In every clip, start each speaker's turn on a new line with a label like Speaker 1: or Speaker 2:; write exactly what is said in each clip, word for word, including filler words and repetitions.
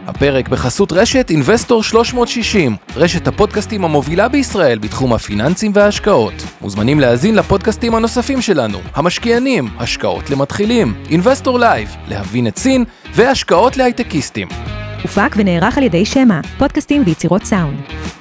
Speaker 1: הפרק בחסות רשת אינבסטור שלוש מאות שישים, רשת הפודקאסטים המובילה בישראל בתחום הפיננסים וההשקעות. מוזמנים להאזין לפודקאסטים הנוספים שלנו, המשקיענים, השקעות למתחילים, אינבסטור לייב, להבין את סין והשקעות להייטקיסטים.
Speaker 2: הופק ונערך על ידי שמה, פודקאסטים ויצירות סאונד.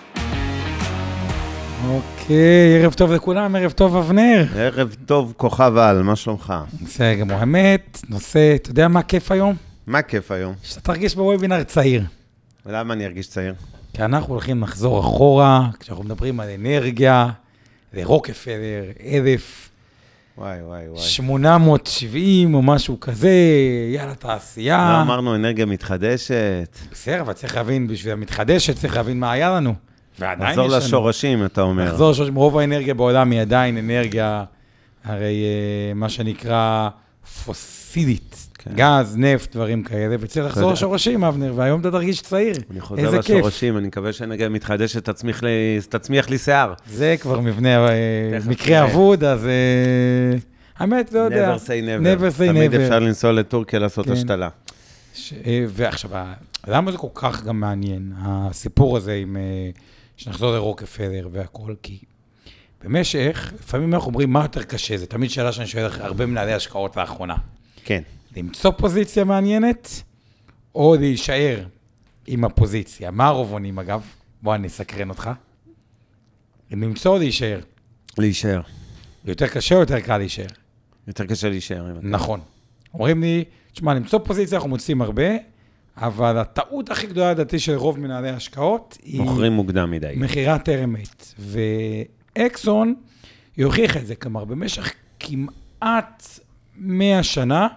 Speaker 3: אוקיי, ערב טוב לכולם, ערב טוב אבנר.
Speaker 4: ערב טוב כוכב על, מה שלומך?
Speaker 3: בסדר גמור, האמת, נושא, אתה יודע מה כיף היום?
Speaker 4: מה כיף היום?
Speaker 3: שאתה תרגיש בוובינר צעיר.
Speaker 4: ולמה אני ארגיש צעיר?
Speaker 3: כי אנחנו הולכים לחזור אחורה, כשאנחנו מדברים על אנרגיה, לרוקפלר, אלף,
Speaker 4: וואי וואי וואי.
Speaker 3: שמונה מאות שבעים או משהו כזה, יאללה תעשייה.
Speaker 4: לא אמרנו אנרגיה מתחדשת.
Speaker 3: בסדר, אבל צריך להבין, בשביל המתחדשת, צריך להבין מה היה לנו. ועדיין יש לנו.
Speaker 4: לחזור לשורשים, אתה אומר.
Speaker 3: לחזור לשורשים, רוב האנרגיה בעולם היא עדיין אנרגיה, הרי מה שנקרא פוסילית. גז, נפט, דברים כאלה, וצריך לחזור לשורשים, אבנר, והיום אתה תרגיש צעיר.
Speaker 4: אני חוזר לשורשים, אני מקווה שהאנרגיה מתחדשת, תצמיח לי שיער.
Speaker 3: זה כבר מבנה, מקרה אבוד, אז האמת, לא יודע.
Speaker 4: never say never. תמיד אפשר לנסוע לטורקיה לעשות השתלה.
Speaker 3: ועכשיו, למה זה כל כך גם מעניין, הסיפור הזה, שנחזור לרוקפלר והכל, כי במשך, לפעמים אנחנו אומרים, מה יותר קשה? זה תמיד שאלה שאני שואל הרבה מנהלי השקעות לאחרונה.
Speaker 4: כן.
Speaker 3: למצוא פוזיציה מעניינת, או להישאר עם הפוזיציה. מה הרוב עונים, אגב? בוא, אני אסקרן אותך. למצוא או להישאר?
Speaker 4: להישאר.
Speaker 3: יותר קשה או יותר קל להישאר?
Speaker 4: יותר קשה להישאר.
Speaker 3: נכון. אומרים לי, תשמע, למצוא פוזיציה אנחנו מוצאים הרבה, אבל הטעות הכי גדולה לדעתי של רוב מנהלי ההשקעות, היא...
Speaker 4: מוכרים מוקדם מדי.
Speaker 3: מחירת טרמית. ואקסון יוכיח את זה, כלומר, במשך כמעט מאה שנה,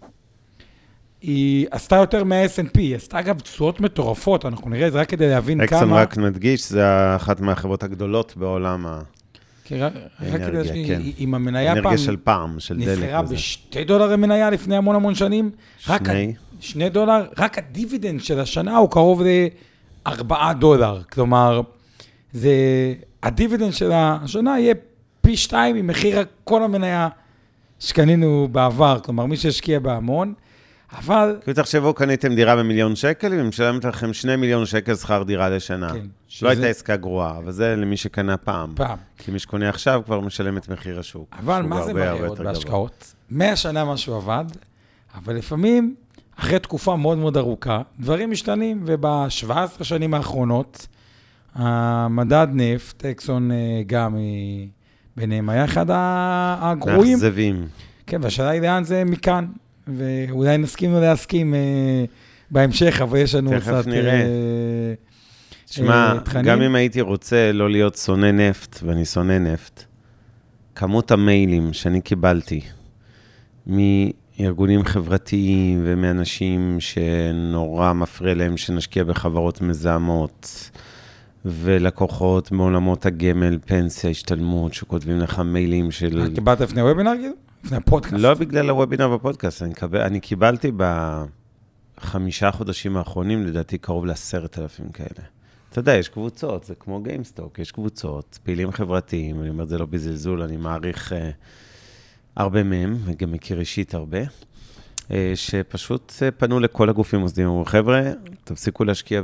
Speaker 3: היא עשתה יותר מה-אס אנד פי, היא עשתה אגב תשואות מטורפות, אנחנו נראה את זה רק כדי להבין כמה...
Speaker 4: אקסון רק מדגיש, זה אחת מהחברות הגדולות בעולם
Speaker 3: האנרגיה, כן. עם המניה פעם...
Speaker 4: אנרגיה של פעם, של דלק.
Speaker 3: נסחרה בשתי דולר המניה לפני המון המון שנים.
Speaker 4: שני.
Speaker 3: שני דולר, רק הדיבידנד של השנה הוא קרוב לארבעה דולר. כלומר, זה... הדיבידנד של השנה יהיה פי שתיים ממחיר כל המניה שקנינו בעבר. כלומר, מי שהשקיע בהמון. אבל... כי
Speaker 4: תחשבו, קניתם דירה במיליון שקל, ומשלמת לכם שני מיליון שקל שכר דירה לשנה. כן, שזה... לא הייתה עסקה גרועה, אבל זה למי שקנה פעם.
Speaker 3: פעם.
Speaker 4: כי מי שקונה עכשיו כבר משלם את מחיר השוק.
Speaker 3: אבל מה זה מראה עוד בהשקעות? מאה שנה משהו עבד, אבל לפעמים, אחרי תקופה מאוד מאוד ארוכה, דברים משתנים, וב-שבע עשרה שנים האחרונות, המדד נפט, אקסון גם ביניהם, היה אחד הגרועים.
Speaker 4: מאכזבים.
Speaker 3: כן, והשאלה היא לאן זה מכאן. ואולי נסכים להסכים אה, בהמשך, אבל יש לנו
Speaker 4: תכף
Speaker 3: קצת
Speaker 4: נראה. אה, תשמע, אה, גם אם הייתי רוצה לא להיות שונא נפט, ואני שונא נפט, כמות המיילים שאני קיבלתי מארגונים חברתיים ומאנשים שנורא מפריע להם שנשקיע בחברות מזהמות, ולקוחות מעולמות הגמל, פנסיה, השתלמות, שכותבים לך מיילים של...
Speaker 3: קיבלת לפני וובינר כאילו? לפני הפודקאסט.
Speaker 4: לא בגלל הוובינר בפודקאסט, אני, קבל, אני קיבלתי בחמישה חודשים האחרונים, לדעתי קרוב לעשרת אלפים כאלה. אתה יודע, יש קבוצות, זה כמו גיימסטוק, יש קבוצות, פעילים חברתיים, אני אומר, זה לא בזלזול, אני מעריך אה, הרבה מהם, וגם מכיר אישית הרבה, אה, שפשוט אה, פנו לכל הגופים מוסדיים, אמרו, חבר'ה, תפסיקו להשקיע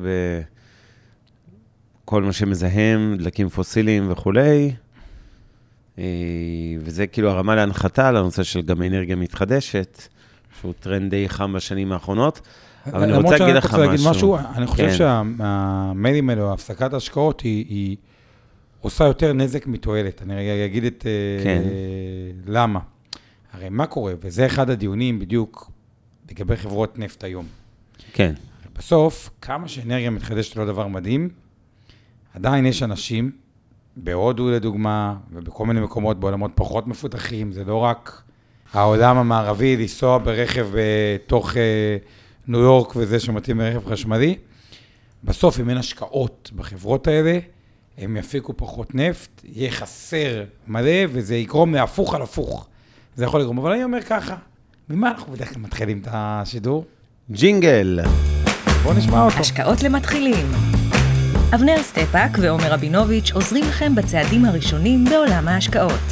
Speaker 4: בכל מה שמזהם, דלקים פוסיליים וכולי, וזה כאילו הרמה להנחתה לנושא של גם אנרגיה מתחדשת, שהוא טרנד די חם בשנים האחרונות. אבל אני רוצה להגיד לך משהו.
Speaker 3: אני חושב שהמיילים האלו, הפסקת ההשקעות, היא עושה יותר נזק מתועלת. אני רגע אגיד את למה. הרי מה קורה? וזה אחד הדיונים בדיוק לגבי חברות נפט היום.
Speaker 4: כן.
Speaker 3: בסוף, כמה שאנרגיה מתחדשת לא דבר מדהים, עדיין יש אנשים, בהודו לדוגמה, ובכל מיני מקומות בעולמות פחות מפותחים, זה לא רק העולם המערבי לנסוע ברכב בתוך ניו יורק וזה שמתאים לרכב חשמלי. בסוף, אם אין השקעות בחברות האלה, הם יפיקו פחות נפט, יהיה חסר מלא, וזה יקרום להפוך על הפוך. זה יכול לגרום, אבל אני אומר ככה, ממה אנחנו בדרך כלל מתחילים את השידור?
Speaker 4: ג'ינגל.
Speaker 3: בואו נשמע אותו.
Speaker 2: השקעות למתחילים. אבנר סטפאק ועומר רבינוביץ' עוזרים לכם בצעדים הראשונים בעולם ההשקעות.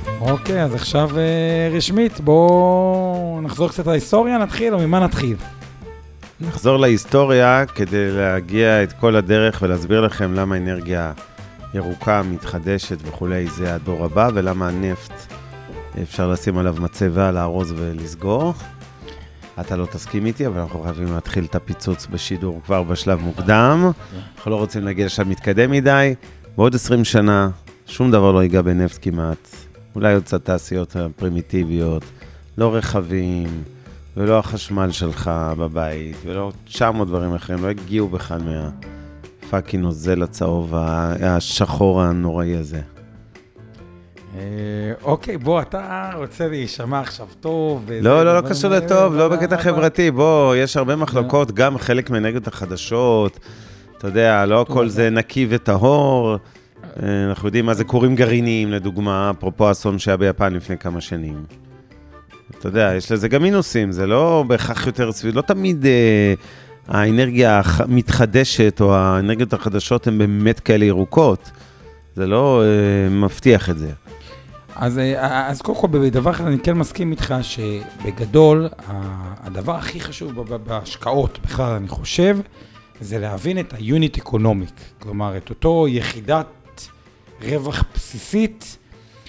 Speaker 3: אוקיי, אז עכשיו רשמית, בואו נחזור קצת להיסטוריה, נתחיל, או ממה נתחיל?
Speaker 4: נחזור להיסטוריה כדי להגיע את כל הדרך ולהסביר לכם למה אנרגיה ירוקה, מתחדשת וכולי, זה הדור הבא, ולמה הנפט אפשר לשים עליו מצבה, לארוז ולסגור. אתה לא תסכים איתי, אבל אנחנו חייבים להתחיל את הפיצוץ בשידור כבר בשלב מוקדם. אנחנו לא רוצים להגיע לשם מתקדם מדי. בעוד עשרים שנה, שום דבר לא ייגע בנפט כמעט. אולי עוד קצת תעשיות פרימיטיביות, לא רכבים, ולא החשמל שלך בבית, ולא תשע מאות דברים אחרים, לא הגיעו בכלל מהפאקינג נוזל הצהוב, השחור הנוראי הזה.
Speaker 3: אוקיי, בוא, אתה רוצה להישמע עכשיו טוב.
Speaker 4: לא, לא, לא קשור לטוב, לא בקטע חברתי. בוא, יש הרבה מחלוקות, גם חלק מאנרגיות החדשות. אתה יודע, לא הכל זה נקי וטהור. אנחנו יודעים מה זה כורים גרעיניים, לדוגמה, אפרופו אסון שהיה ביפן לפני כמה שנים. אתה יודע, יש לזה גם מינוסים, זה לא בהכרח יותר סביב, לא תמיד האנרגיה המתחדשת או האנרגיות החדשות הן באמת כאלה ירוקות. זה לא מבטיח את זה.
Speaker 3: אז, אז קודם כל, בדבר אחד אני כן מסכים איתך שבגדול, הדבר הכי חשוב בהשקעות בכלל, אני חושב, זה להבין את ה-unit economic, כלומר, את אותו יחידת רווח בסיסית,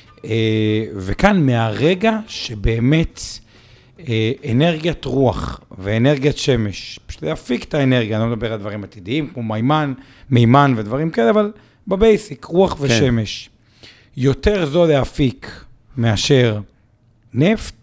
Speaker 3: וכאן מהרגע שבאמת אנרגיית רוח ואנרגיית שמש, פשוט להפיק את האנרגיה, אני לא מדבר על דברים עתידיים, כמו מימן, מימן ודברים כאלה, אבל בבייסיק, רוח ושמש. יותר זו להפיק מאשר נפט,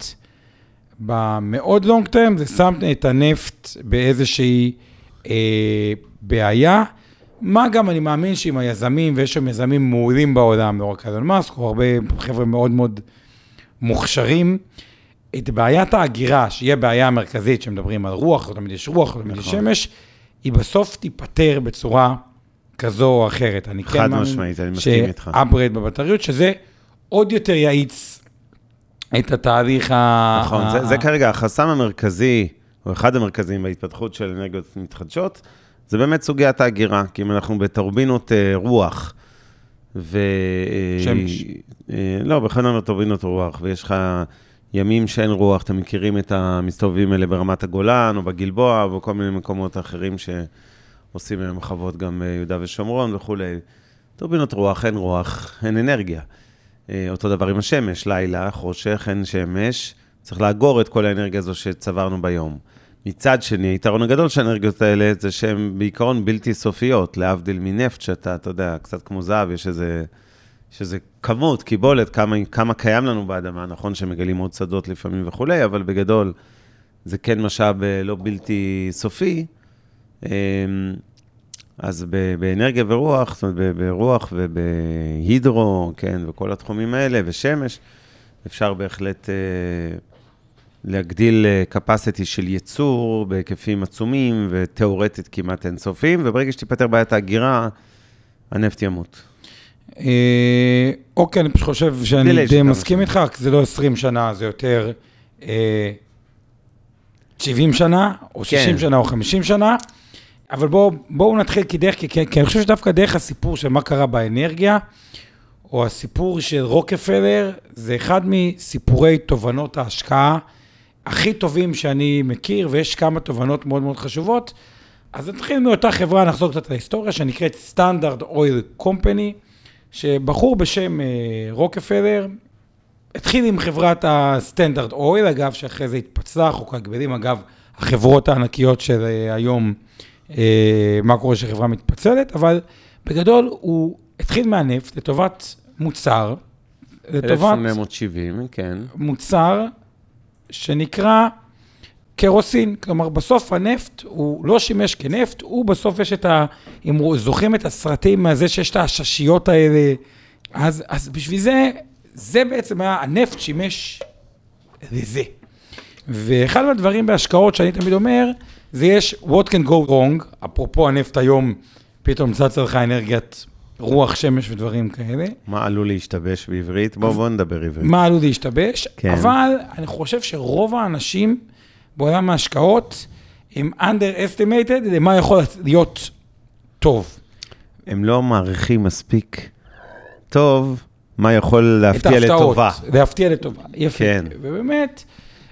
Speaker 3: במאוד לונג טרם זה שם את הנפט באיזושהי אה, בעיה, מה גם אני מאמין שעם היזמים, ויש שם יזמים מעולים בעולם, לא רק אילון מאסק, או הרבה חבר'ה מאוד מאוד מוכשרים, את בעיית ההגירה, שיהיה בעיה מרכזית שמדברים על רוח, או תמיד יש רוח, או תמיד יש שמש, היא בסוף תיפטר בצורה כזו או אחרת. אני
Speaker 4: חד משמעית, אני מסכים איתך.
Speaker 3: שאפגרייד בבטריות, שזה עוד יותר יעיץ את התהליך ה...
Speaker 4: נכון, זה, זה כרגע החסם המרכזי, או אחד המרכזיים בהתפתחות של אנרגיות מתחדשות, זה באמת סוגיית ההגירה, כי אם אנחנו בטורבינות רוח, ו...
Speaker 3: שמש.
Speaker 4: לא, בכלל לא טורבינות רוח, ויש לך ימים שאין רוח, אתם מכירים את המסתובבים האלה ברמת הגולן, או בגלבוע, או בכל מיני מקומות אחרים ש... עושים מהם חוות גם יהודה ושומרון וכו'. טורבינות רוח, אין רוח, אין אנרגיה. אותו דבר עם השמש, לילה, חושך, אין שמש. צריך לאגור את כל האנרגיה הזו שצברנו ביום. מצד שני, היתרון הגדול של האנרגיות האלה, זה שהן בעיקרון בלתי סופיות, להבדיל מנפט, שאתה, אתה יודע, קצת כמו זהב, יש איזה, יש איזה כמות, קיבולת, כמה, כמה קיים לנו באדמה, נכון שמגלים עוד שדות לפעמים וכו', אבל בגדול, זה כן משאב לא בלתי סופי, אז באנרגיה ורוח, זאת אומרת, ברוח ובהידרו, כן, וכל התחומים האלה, ושמש, אפשר בהחלט להגדיל capacity של ייצור בהיקפים עצומים, ותיאורטית כמעט אינסופיים, וברגע שתיפטר בעיית ההגירה, הנפט ימות.
Speaker 3: אוקיי, אני פשוט חושב שאני די מסכים איתך, כי זה לא עשרים שנה, זה יותר שבעים שנה, או שישים שנה, או חמישים שנה, אבל בואו בוא נתחיל כדרך, כי, כי אני חושב שדווקא דרך הסיפור של מה קרה באנרגיה, או הסיפור של רוקפלר, זה אחד מסיפורי תובנות ההשקעה הכי טובים שאני מכיר, ויש כמה תובנות מאוד מאוד חשובות. אז נתחיל מאותה חברה, נחזור קצת להיסטוריה, שנקראת סטנדרט אויל קומפני, שבחור בשם רוקפלר, התחיל עם חברת הסטנדרט אויל, אגב, שאחרי זה התפצלה, חוק ההגבלים, אגב, החברות הענקיות של היום, מה קורה שחברה מתפצלת, אבל בגדול הוא התחיל מהנפט לטובת מוצר, לטובת
Speaker 4: אלף שמונה מאות שבעים, כן.
Speaker 3: מוצר שנקרא קרוסין, כלומר בסוף הנפט הוא לא שימש כנפט, הוא בסוף יש את ה... אם זוכרים את הסרטים מהזה שיש את הששיות האלה, אז, אז בשביל זה, זה בעצם היה, הנפט שימש לזה. ואחד מהדברים בהשקעות שאני תמיד אומר, זה יש what can go wrong, אפרופו הנפט היום, פתאום צץ לך אנרגיית רוח, שמש ודברים כאלה.
Speaker 4: מה עלול להשתבש בעברית? בואו בוא נדבר עברית.
Speaker 3: מה עלול להשתבש,
Speaker 4: כן.
Speaker 3: אבל אני חושב שרוב האנשים בעולם ההשקעות הם underestimated למה יכול להיות טוב.
Speaker 4: הם לא מעריכים מספיק טוב מה יכול להפתיע לטובה.
Speaker 3: להפתיע לטובה, יפה.
Speaker 4: כן.
Speaker 3: ובאמת,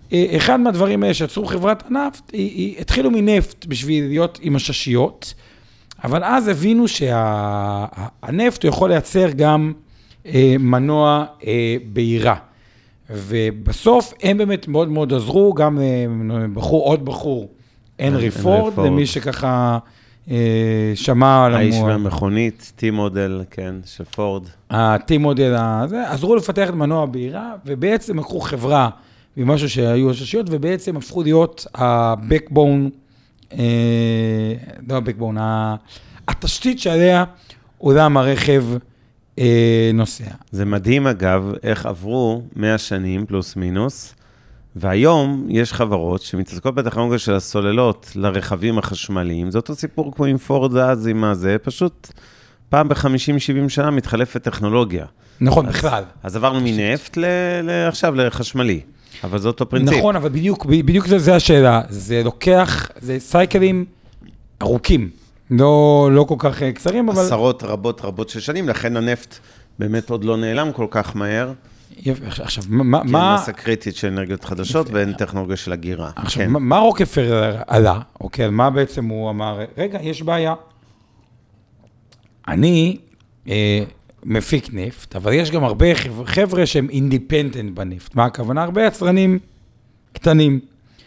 Speaker 3: אחד מהדברים האלה שיצרו חברת הנפט, היא, היא התחילו מנפט בשביל להיות עם הששיות, אבל אז הבינו שהנפט הוא יכול לייצר גם אה, מנוע אה, בעירה. ובסוף הם באמת מאוד מאוד עזרו, גם אה, בחור, עוד בחור, הנרי פורד, למי שככה אה, שמע על...
Speaker 4: האיש מהמכונית, טי-מודל, כן, של פורד.
Speaker 3: הטי-מודל הזה, עזרו לפתח את מנוע בעירה, ובעצם לקחו חברה ממשהו שהיו הששיות, ובעצם הפכו להיות ה-backbone, לא ה-backbone, התשתית שעליה עולם הרכב נוסע.
Speaker 4: זה מדהים אגב, איך עברו מאה שנים פלוס מינוס, והיום יש חברות שמתעסקות בטכנולוגיה של הסוללות לרכבים החשמליים, זה אותו סיפור כמו עם פורד אז, עם הזה, פשוט פעם ב-חמישים שבעים שנה מתחלפת טכנולוגיה.
Speaker 3: נכון,
Speaker 4: אז,
Speaker 3: בכלל. אז
Speaker 4: עברנו מנפט ל- ל- עכשיו לחשמלי. אבל זה אותו פרינציפ.
Speaker 3: נכון, אבל בדיוק, בדיוק זה, זה השאלה. זה לוקח, זה סייקלים ארוכים. לא, לא כל כך קצרים, אבל...
Speaker 4: עשרות רבות רבות של שנים, לכן הנפט באמת עוד לא נעלם כל כך מהר.
Speaker 3: עכשיו, מה...
Speaker 4: כי אין מסה קריטית של אנרגיות חדשות ואין טכנולוגיה של הגירה.
Speaker 3: עכשיו, כן. מה רוקפלר עלה? אוקיי, מה בעצם הוא אמר? רגע, יש בעיה. אני... אה, מפיק נפט, אבל יש גם הרבה חבר'ה שהם אינדיפנדנט בנפט. מה הכוונה? הרבה יצרנים קטנים.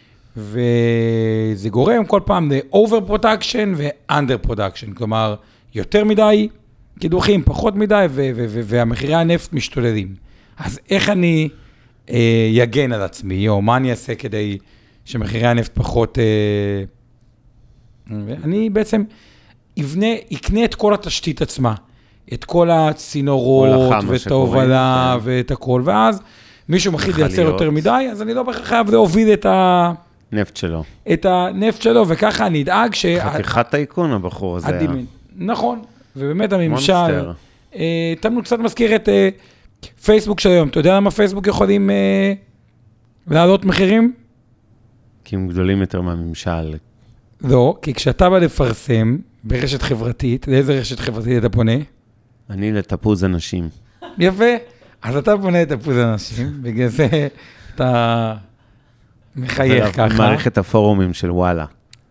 Speaker 3: וזה גורם כל פעם ל-over production ו-under production. כלומר, יותר מדי קידוחים, פחות מדי, ו- ו- ו- והמחירי הנפט משתוללים. אז איך אני אה, יגן על עצמי, או מה אני אעשה כדי שמחירי הנפט פחות... אה, אני בעצם אבנה, יקנה את כל התשתית עצמה. את כל הצינורות, ואת ההובלה, כן. ואת הכל, ואז מישהו מחליט לייצר יותר מדי, אז אני לא בכלל חייב להוביל את ה...
Speaker 4: נפט שלו.
Speaker 3: את הנפט שלו, וככה אני אדאג ש...
Speaker 4: חתיכת העיקון הבחור הזה.
Speaker 3: הדימן. נכון, ובאמת הממשל... תמנו קצת מזכיר את פייסבוק של היום. אתה יודע למה פייסבוק יכולים להעלות מחירים?
Speaker 4: כי הם גדולים יותר מהממשל.
Speaker 3: לא, כי כשאתה בא לפרסם ברשת חברתית, לאיזה רשת חברתית אתה פונה?
Speaker 4: אני לתפוז אנשים.
Speaker 3: יפה. אז אתה פונה לתפוז אנשים, בגלל זה אתה מחייך ככה.
Speaker 4: מערכת הפורומים של וואלה.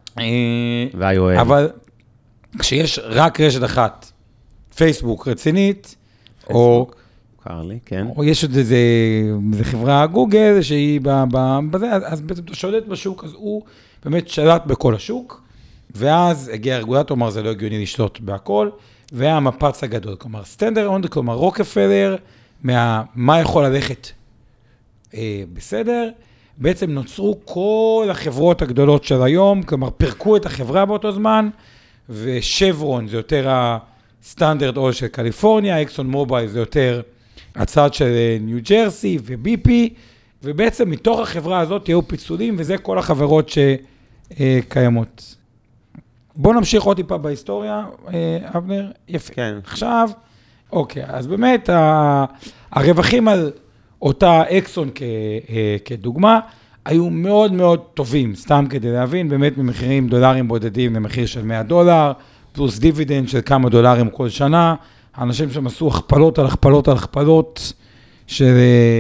Speaker 4: והיואל.
Speaker 3: אבל כשיש רק רשת אחת, פייסבוק רצינית, או...
Speaker 4: קר לי, כן.
Speaker 3: או יש עוד איזה חברה גוגל, שהיא בזה, אז בעצם אתה שולט בשוק, אז הוא באמת שלט בכל השוק, ואז הגיע הרגולטור, אמר, זה לא הגיוני לשלוט בהכל, והמפץ הגדול, כלומר, סטנדרט, כלומר, רוקפלר, מה, מה יכול ללכת אה, בסדר, בעצם נוצרו כל החברות הגדולות של היום, כלומר, פרקו את החברה באותו זמן, ושברון זה יותר הסטנדרט אול של קליפורניה, אקסון מובייל זה יותר הצד של ניו ג'רסי ובי פי, ובעצם מתוך החברה הזאת תהיו פיצולים, וזה כל החברות שקיימות. בואו נמשיך עוד טיפה בהיסטוריה, אבנר, יפה.
Speaker 4: כן.
Speaker 3: עכשיו, אוקיי, אז באמת הרווחים על אותה אקסון כדוגמה, היו מאוד מאוד טובים, סתם כדי להבין, באמת ממחירים דולרים בודדים למחיר של מאה דולר, פלוס דיבידנד של כמה דולרים כל שנה, האנשים שם עשו הכפלות על הכפלות על הכפלות של,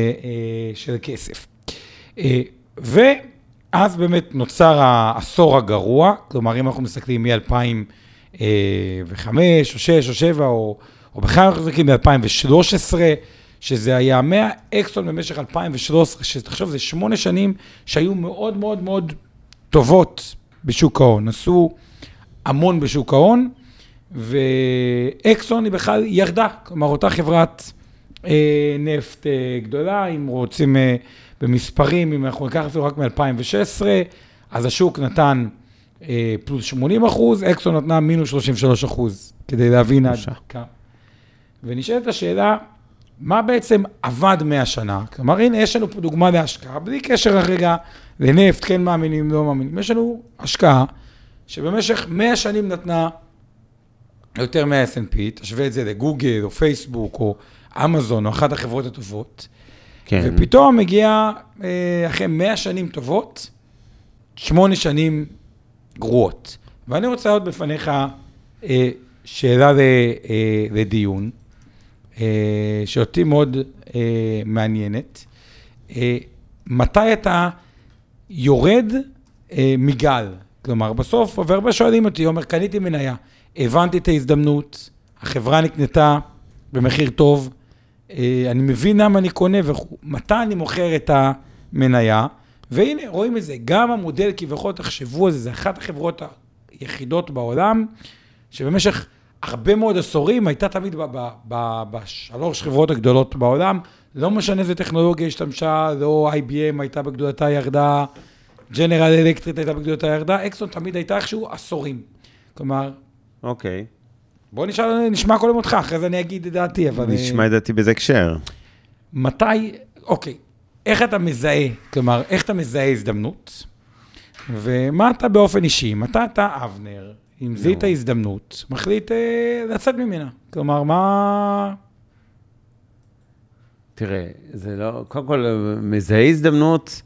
Speaker 3: של כסף. ואז באמת נוצר העשור הגרוע, כלומר אם אנחנו מסתכלים מ-אלפיים וחמש או שש או שבע, או, או בכלל אנחנו מסתכלים מ-אלפיים ושלוש עשרה, שזה היה מאה אקסון במשך אלפיים ושלוש עשרה, שתחשוב, זה שמונה שנים שהיו מאוד מאוד מאוד טובות בשוק ההון, עשו המון בשוק ההון, ואקסון היא בכלל ירדה, כלומר אותה חברת אה, נפט אה, גדולה, אם רוצים אה, במספרים, אם אנחנו ניקח אפילו רק מ-אלפיים ושש עשרה, אז השוק נתן אה, פלוס שמונים אחוז, אקסון נתנה מינוס שלושים ושלוש אחוז, כדי להבין עד כמה. ונשאלת השאלה, מה בעצם עבד מאה שנה? כלומר, הנה, יש לנו פה דוגמה להשקעה, בלי קשר הרגע לנפט, כן מאמינים, לא מאמינים. יש לנו השקעה שבמשך מאה שנים נתנה יותר מה-אס אנד פי, תשווה את זה לגוגל או פייסבוק או אמזון או אחת החברות הטובות, כן. ופתאום מגיע, אחרי מאה שנים טובות, שמונה שנים גרועות. ואני רוצה עוד בפניך שאלה לדיון, שאותי מאוד מעניינת. מתי אתה יורד אה, מגל. כלומר, בסוף, והרבה שואלים אותי, אומר, קניתי מניה, הבנתי את ההזדמנות, החברה נקנתה במחיר טוב, אה, אני מבין למה אני קונה, ומתי אני מוכר את המניה, והנה, רואים את זה, גם המודל כביכול, תחשבו על זה, זה אחת החברות היחידות בעולם, שבמשך הרבה מאוד עשורים, הייתה תמיד ב- ב- ב- בשלוש חברות הגדולות בעולם, לא משנה איזה טכנולוגיה השתמשה, לא איי בי אם הייתה בגדולתה ירדה, ג'נרל אלקטריק הייתה בגדולתה ירדה, אקסון תמיד הייתה איכשהו עשורים. כלומר,
Speaker 4: אוקיי.
Speaker 3: בוא נשאל, נשמע קודם אותך, אחרי זה אני אגיד את דעתי, אבל...
Speaker 4: נשמע את דעתי בזה קשר.
Speaker 3: מתי, אוקיי, איך אתה מזהה, כלומר, איך אתה מזהה הזדמנות, ומה אתה באופן אישי, מתי אתה אבנר, אם זה את ההזדמנות, מחליט אה, לצאת ממנה. כלומר, מה...
Speaker 4: תראה, זה לא... קודם כל, מזהה הזדמנות...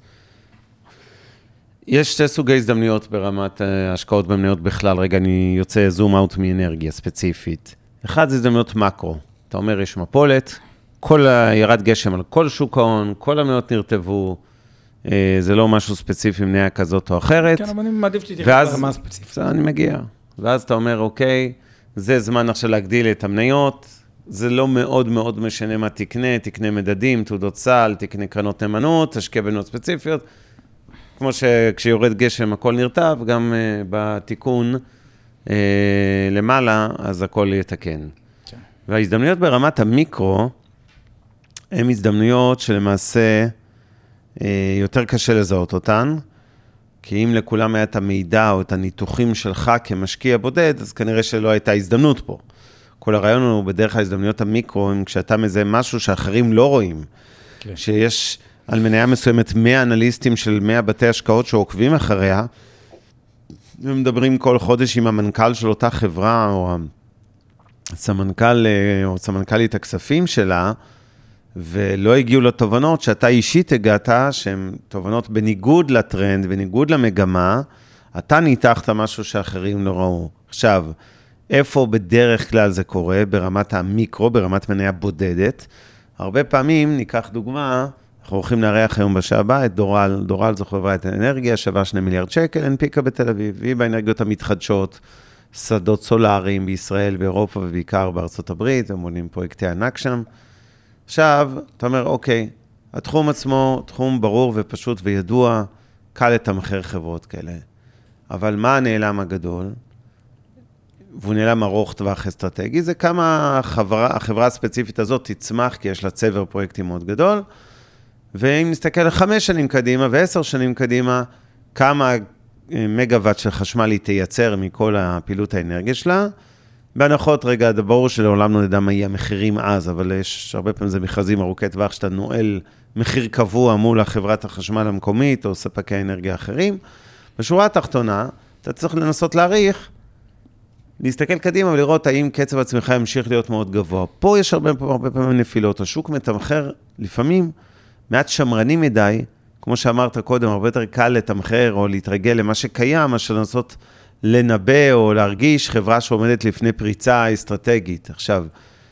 Speaker 4: יש שתי סוגי הזדמנויות ברמת השקעות במניות בכלל. רגע, אני יוצא זום אאוט מאנרגיה ספציפית. אחד זה הזדמנויות מקרו. אתה אומר, יש מפולת, כל ירד גשם על כל שוק ההון, כל המניות נרטבו, זה לא משהו ספציפי, מניה כזאת או אחרת.
Speaker 3: כן, אבל אני מעדיף שתתייחס לרמה ספציפית.
Speaker 4: אני מגיע. ואז אתה אומר, אוקיי, זה זמן עכשיו להגדיל את המניות, זה לא מאוד מאוד משנה מה תקנה, תקנה מדדים, תעודות סל, תקנה קרנות נאמנות, תשקיע במניות ספציפיות, כמו שכשיורד גשם הכל נרטב, גם uh, בתיקון uh, למעלה, אז הכל יתקן. Okay. וההזדמנויות ברמת המיקרו, הן הזדמנויות שלמעשה uh, יותר קשה לזהות אותן, כי אם לכולם היה את המידע או את הניתוחים שלך כמשקיע בודד, אז כנראה שלא הייתה הזדמנות פה. כל הרעיון הוא בדרך ההזדמנויות המיקרו, כשאתה מזהה משהו שאחרים לא רואים, okay. שיש... על מניה מסוימת מאה אנליסטים של מאה בתי השקעות שעוקבים אחריה, ומדברים כל חודש עם המנכ"ל של אותה חברה, או הסמנכ"ל, או סמנכ"לית הכספים שלה, ולא הגיעו לתובנות שאתה אישית הגעת, שהן תובנות בניגוד לטרנד, בניגוד למגמה, אתה ניתחת משהו שאחרים לא ראו. עכשיו, איפה בדרך כלל זה קורה? ברמת המיקרו, ברמת מניה בודדת. הרבה פעמים, ניקח דוגמה, אנחנו הולכים לארח היום בשעה הבאה את דורל, דורל זו חברת אנרגיה, שווה שני מיליארד שקל, הנפיקה בתל אביב, והיא באנרגיות המתחדשות, שדות סולאריים בישראל, באירופה ובעיקר בארצות הברית, הם בונים פרויקטי ענק שם. עכשיו, אתה אומר, אוקיי, התחום עצמו, תחום ברור ופשוט וידוע, קל לתמחר חברות כאלה. אבל מה הנעלם הגדול? והוא נעלם ארוך טווח אסטרטגי, זה כמה החברה, החברה הספציפית הזאת תצמח, כי יש לה צבר פרויקטים מאוד גדול, ואם נסתכל לחמש שנים קדימה ועשר שנים קדימה, כמה מגוואט של חשמל היא תייצר מכל הפעילות האנרגיה שלה, בהנחות רגע, ברור שלעולם לא נדע מה יהיה המחירים אז, אבל יש הרבה פעמים זה מכרזים ארוכי טווח, שאתה נועל מחיר קבוע מול החברת החשמל המקומית, או ספקי האנרגיה האחרים. בשורה התחתונה, אתה צריך לנסות להעריך, להסתכל קדימה ולראות האם קצב הצמיחה ימשיך להיות מאוד גבוה. פה יש הרבה, הרבה פעמים נפילות, השוק מתמחר לפעמים, מעט שמרני מדי, כמו שאמרת קודם, הרבה יותר קל לתמחר או להתרגל למה שקיים, מאשר לנסות לנבא או להרגיש חברה שעומדת לפני פריצה אסטרטגית. עכשיו,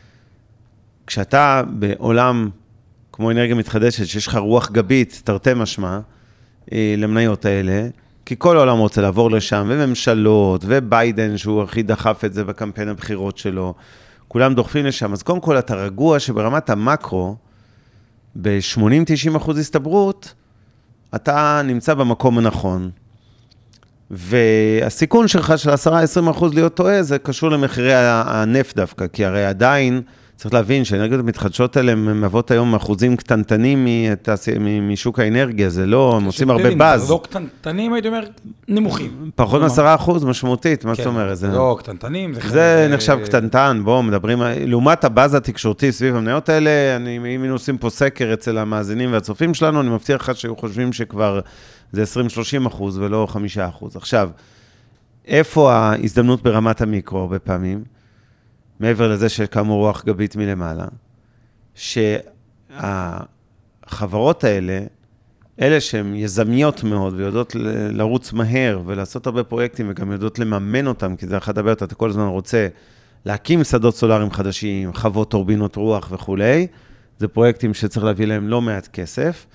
Speaker 4: כשאתה בעולם כמו אנרגיה מתחדשת, שיש לך רוח גבית, תרתי משמע, למניות האלה, כי כל העולם רוצה לעבור לשם, וממשלות, וביידן, שהוא הכי דחף את זה בקמפיין הבחירות שלו, כולם דוחפים לשם. אז קודם כל אתה רגוע שברמת המקרו, ב-שמונים עד תשעים אחוז הסתברות, אתה נמצא במקום הנכון. והסיכון שלך של עשרה עד עשרים אחוז להיות טועה, זה קשור למחירי הנפט דווקא, כי הרי עדיין צריך להבין שהאנרגיות המתחדשות האלה מהוות היום אחוזים קטנטנים משוק האנרגיה, זה לא, הם עושים הרבה באז.
Speaker 3: זה לא קטנטנים, הייתי אומר, נמוכים.
Speaker 4: פחות מעשרה אחוז משמעותית, מה זאת אומרת?
Speaker 3: זה לא קטנטנים.
Speaker 4: זה נחשב קטנטן, בואו, מדברים, לעומת הבאז התקשורתי סביב המניות האלה, אם היינו עושים פה סקר אצל המאזינים והצופים שלנו, אני מבטיח לך שהיו חושבים שכבר זה עשרים עד שלושים אחוז ולא חמישה אחוז. עכשיו, איפה ההזדמנות ברמת המיקרו הרבה פעמים? מעבר לזה שכאמור רוח גבית מלמעלה, שהחברות האלה, אלה שהן יזמיות מאוד ויודעות לרוץ מהר ולעשות הרבה פרויקטים וגם יודעות לממן אותם, כי זה אחת הבעיות, אתה כל הזמן רוצה להקים שדות סולאריים חדשים, חוות טורבינות רוח וכו'. זה פרויקטים שצריך להביא להם לא מעט כסף,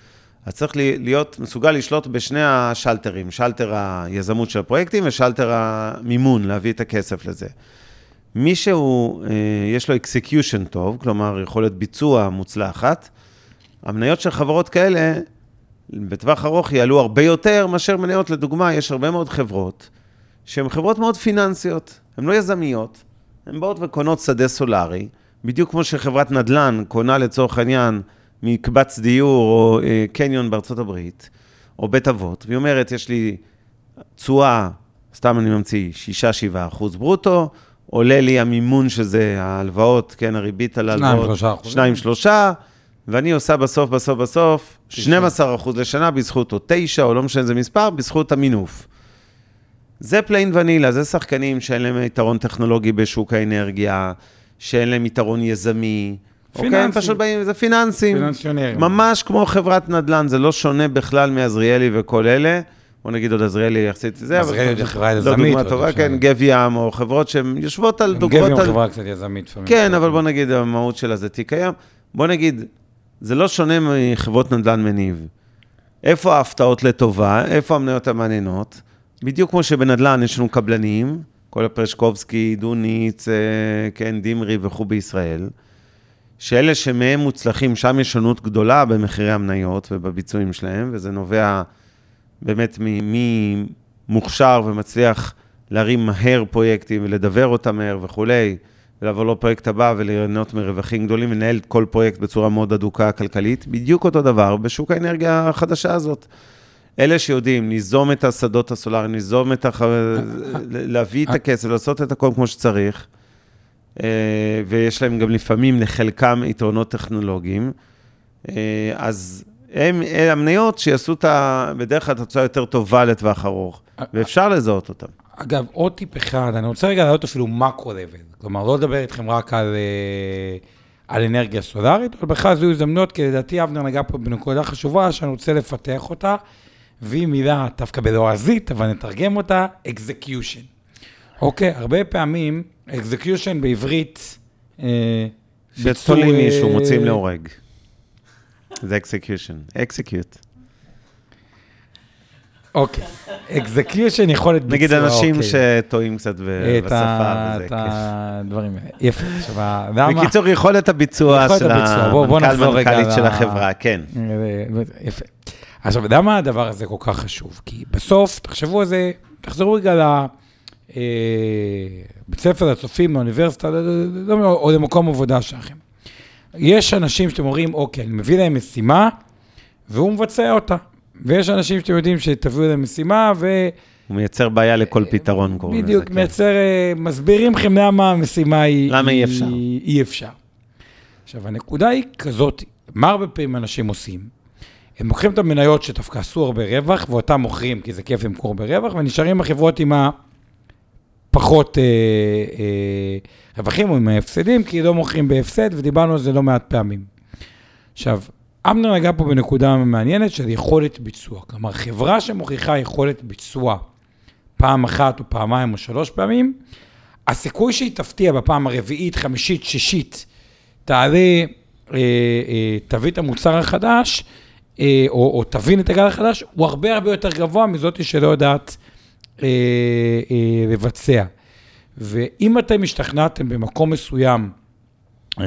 Speaker 4: אז צריך להיות מסוגל לשלוט בשני השלטרים, שלטר היזמות של הפרויקטים ושלטר המימון, להביא את הכסף לזה. מי שהוא, יש לו execution טוב, כלומר יכולת ביצוע מוצלחת, המניות של חברות כאלה, בטווח ארוך יעלו הרבה יותר מאשר מניות, לדוגמה, יש הרבה מאוד חברות, שהן חברות מאוד פיננסיות, הן לא יזמיות, הן באות וקונות שדה סולארי, בדיוק כמו שחברת נדל"ן קונה לצורך העניין מקבץ דיור או אה, קניון בארצות הברית, או בית אבות, והיא אומרת, יש לי תשואה, סתם אני ממציא, שישה שבעה אחוז ברוטו, עולה לי המימון שזה ההלוואות, כן, הריבית על ההלוואות, שניים שלושה, ואני עושה בסוף, בסוף, בסוף, שנים עשר אחוז לשנה בזכות או תשע, או לא משנה איזה מספר, בזכות המינוף. זה פליין ונילה, זה שחקנים שאין להם יתרון טכנולוגי בשוק האנרגיה, שאין להם יתרון יזמי, אוקיי? פשוט באים, זה פיננסים. פיננסיונרים. ממש כמו חברת נדל"ן, זה לא שונה בכלל מעזריאלי וכל אלה. בוא נגיד עוד עזריאלי יחסית זה, אבל...
Speaker 3: עזריאלי זה חברה יזמית.
Speaker 4: לא דוגמה טובה, כן, גב ים, או חברות שהן יושבות על דוגמות...
Speaker 3: גב ים חברה קצת יזמית.
Speaker 4: כן, אבל בוא נגיד, המהות שלה זה תיק הים. בוא נגיד, זה לא שונה מחברות נדל"ן מניב. איפה ההפתעות לטובה? איפה המניות המעניינות? בדיוק כמו שבנדל"ן יש לנו קבלנים, כל הפרשקובסקי, דוניץ, כן, דימרי וכו' בישראל, שאלה שמהם מוצלחים, שם יש שונות גדולה במחירי המניות ובביצועים שלהם, וזה נובע באמת מי מוכשר ומצליח להרים מהר פרויקטים ולדבר אותם מהר וכו', ולעבור לו פרויקט הבא ולרנות מרווחים גדולים, ולנהל כל פרויקט בצורה מאוד אדוקה כלכלית, בדיוק אותו דבר בשוק האנרגיה החדשה הזאת. אלה שיודעים ליזום את השדות הסולאריים, ליזום את הח... להביא את הכסף, לעשות את הכל כמו שצריך, ויש להם גם לפעמים לחלקם יתרונות טכנולוגיים, אז הם המניות שיעשו את ה... בדרך כלל התוצאה יותר טובה לטווח ארוך, ואפשר לזהות אותם.
Speaker 3: אגב, עוד טיפ אחד, אני רוצה רגע לעלות אפילו מקרו-לבל, כלומר, לא לדבר איתכם רק על, על אנרגיה סולארית, אבל בכלל זו הזדמנות, כי לדעתי אבנר נגע פה בנקודה חשובה, שאני רוצה לפתח אותה, והיא מילה דווקא בלועזית, אבל נתרגם אותה, execution. אוקיי, הרבה פעמים, execution בעברית,
Speaker 4: שתולים מישהו, מוצאים להורג. זה execution, execute.
Speaker 3: אוקיי, execution יכולת ביצוע.
Speaker 4: נגיד אנשים שטועים קצת בשפה, וזה
Speaker 3: כיף. את הדברים האלה. יפה.
Speaker 4: בקיצור, יכולת הביצוע של המנכ"ל מנכ"לית של החברה, כן.
Speaker 3: יפה. עכשיו, יודע מה הדבר הזה כל כך חשוב? כי בסוף, תחשבו על זה, תחזרו רגע לבית ספר לצופים, לאוניברסיטה, או למקום עבודה שלכם. יש אנשים שאתם אומרים, אוקיי, אני מביא להם משימה, והוא מבצע אותה. ויש אנשים שאתם יודעים שתביאו להם משימה, ו...
Speaker 4: הוא מייצר בעיה לכל פתרון, קוראים לזה.
Speaker 3: בדיוק, מייצר, מסבירים לכם למה המשימה היא...
Speaker 4: למה אי אפשר?
Speaker 3: אי אפשר. עכשיו, הנקודה היא כזאת, מה הרבה פעמים אנשים עושים? הם מוכרים את המניות שדווקא עשו הרבה רווח, ואותם מוכרים, כי זה כיף למכור ברווח, ונשארים החברות עם הפחות אה, אה, רווחים או עם ההפסדים, כי לא מוכרים בהפסד, ודיברנו על זה לא מעט פעמים. עכשיו, אבנר נגע פה בנקודה מעניינת של יכולת ביצוע. כלומר, חברה שמוכיחה יכולת ביצוע פעם אחת או פעמיים או שלוש פעמים, הסיכוי שהיא תפתיע בפעם הרביעית, חמישית, שישית, תעלה, אה, אה, תביא את המוצר החדש, אה, או, או תבין את הגל החדש, הוא הרבה הרבה יותר גבוה מזאת שלא יודעת אה, אה, לבצע. ואם אתם השתכנעתם במקום מסוים, אה,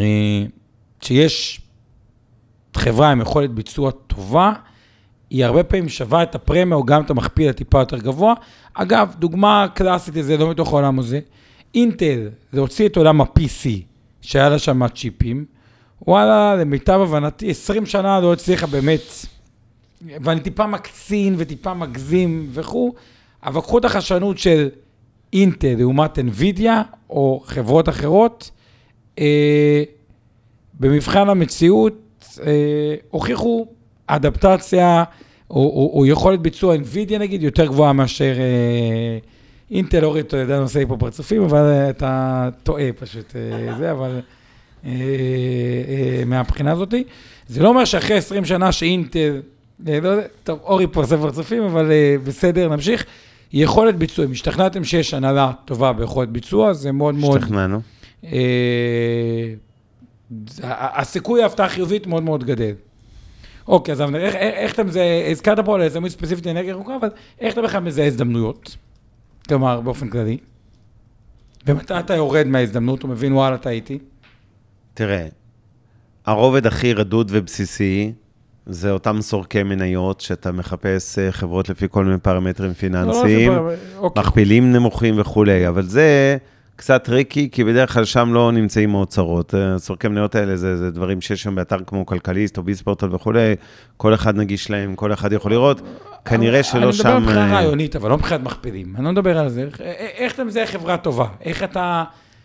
Speaker 3: שיש חברה עם יכולת ביצוע טובה, היא הרבה פעמים שווה את הפרמיה, או גם את המכפיל הטיפה יותר גבוה. אגב, דוגמה קלאסית לזה, לא מתוך העולם הזה, אינטל, זה הוציא את עולם ה-פי סי, שהיה לה שם צ'יפים, וואלה, למיטב הבנתי, עשרים שנה לא הצליחה באמת, ואני טיפה מקצין וטיפה מגזים וכו', אבל קחו את החשנות של אינטל, לעומת אנווידיה, או חברות אחרות, אה, במבחן המציאות, אה, הוכיחו אדפטציה, או, או, או יכולת ביצוע אנווידיה נגיד, יותר גבוהה מאשר אה, אינטל, אורי, אתה יודע, נושא פה פרצופים, אבל אתה טועה פשוט אה, זה, אבל אה, אה, מהבחינה הזאת, זה לא אומר שאחרי עשרים שנה שאינטל, אה, לא יודע, טוב, אורי פה עושה פרצופים, אבל אה, בסדר, נמשיך, יכולת ביצוע, אם השתכנעתם שיש הנהלה טובה ביכולת ביצוע, זה מאוד מאוד...
Speaker 4: השתכנענו.
Speaker 3: אה, הסיכוי ההפתעה חיובית מאוד מאוד גדל. אוקיי, אז איך, איך אתה מזה, הזכרת פה על הזדמנות ספציפית לאנרגיה ירוקה, אבל איך אתה בכלל מזה הזדמנויות? כלומר, באופן כללי. ומתי אתה יורד מההזדמנות ומבין, וואלה, אתה איתי?
Speaker 4: תראה, הרובד הכי רדוד ובסיסי, זה אותם סורקי מניות, שאתה מחפש חברות לפי כל מיני פרמטרים פיננסיים, לא, לא, מכפילים נמוכים וכולי, אבל זה קצת טריקי, כי בדרך כלל שם לא נמצאים האוצרות. סורקי מניות האלה זה, זה דברים שיש שם באתר כמו כלכליסט או ביספורטל וכולי, כל אחד נגיש להם, כל אחד יכול לראות, כנראה שלא שם...
Speaker 3: אני מדבר מבחינה רעיונית, אבל לא מבחינת מכפילים, אני לא מדבר על זה. איך אתה מזה חברה טובה? איך אתה...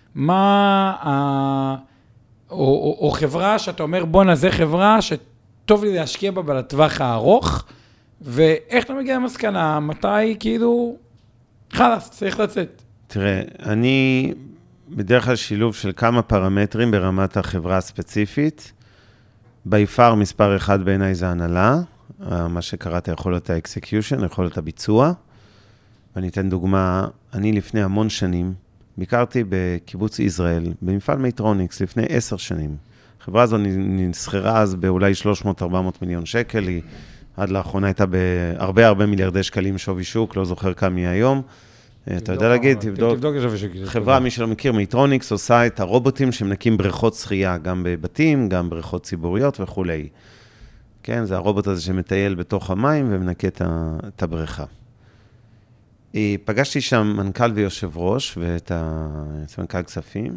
Speaker 3: מה... או, או, או חברה שאתה אומר, בוא נזה חברה שטוב לי להשקיע בה בלטווח הארוך, ואיך אתה מגיע למסקנה, מתי כאילו, חלס, צריך לצאת.
Speaker 4: תראה, אני בדרך כלל שילוב של כמה פרמטרים ברמת החברה הספציפית, ביפר מספר אחד בעיניי זה הנהלה, מה שקראת יכולת האקסקיושן, יכולת הביצוע, ואני אתן דוגמה, אני לפני המון שנים, ביקרתי בקיבוץ ישראל, במפעל מייטרוניקס, לפני עשר שנים. החברה הזו נסחרה אז באולי שלוש מאות ארבע מאות מיליון שקל, היא עד לאחרונה הייתה בהרבה הרבה מיליארדי שקלים שווי שוק, לא זוכר כמה היא היום. אתה יודע להגיד, תבדוק. חברה, מי שלא מכיר, מייטרוניקס עושה את הרובוטים שמנקים בריכות שחייה, גם בבתים, גם בריכות ציבוריות וכו'. כן, זה הרובוט הזה שמטייל בתוך המים ומנקה את הבריכה. פגשתי שם מנכ"ל ויושב ראש, ואת מנכ"ל כספים,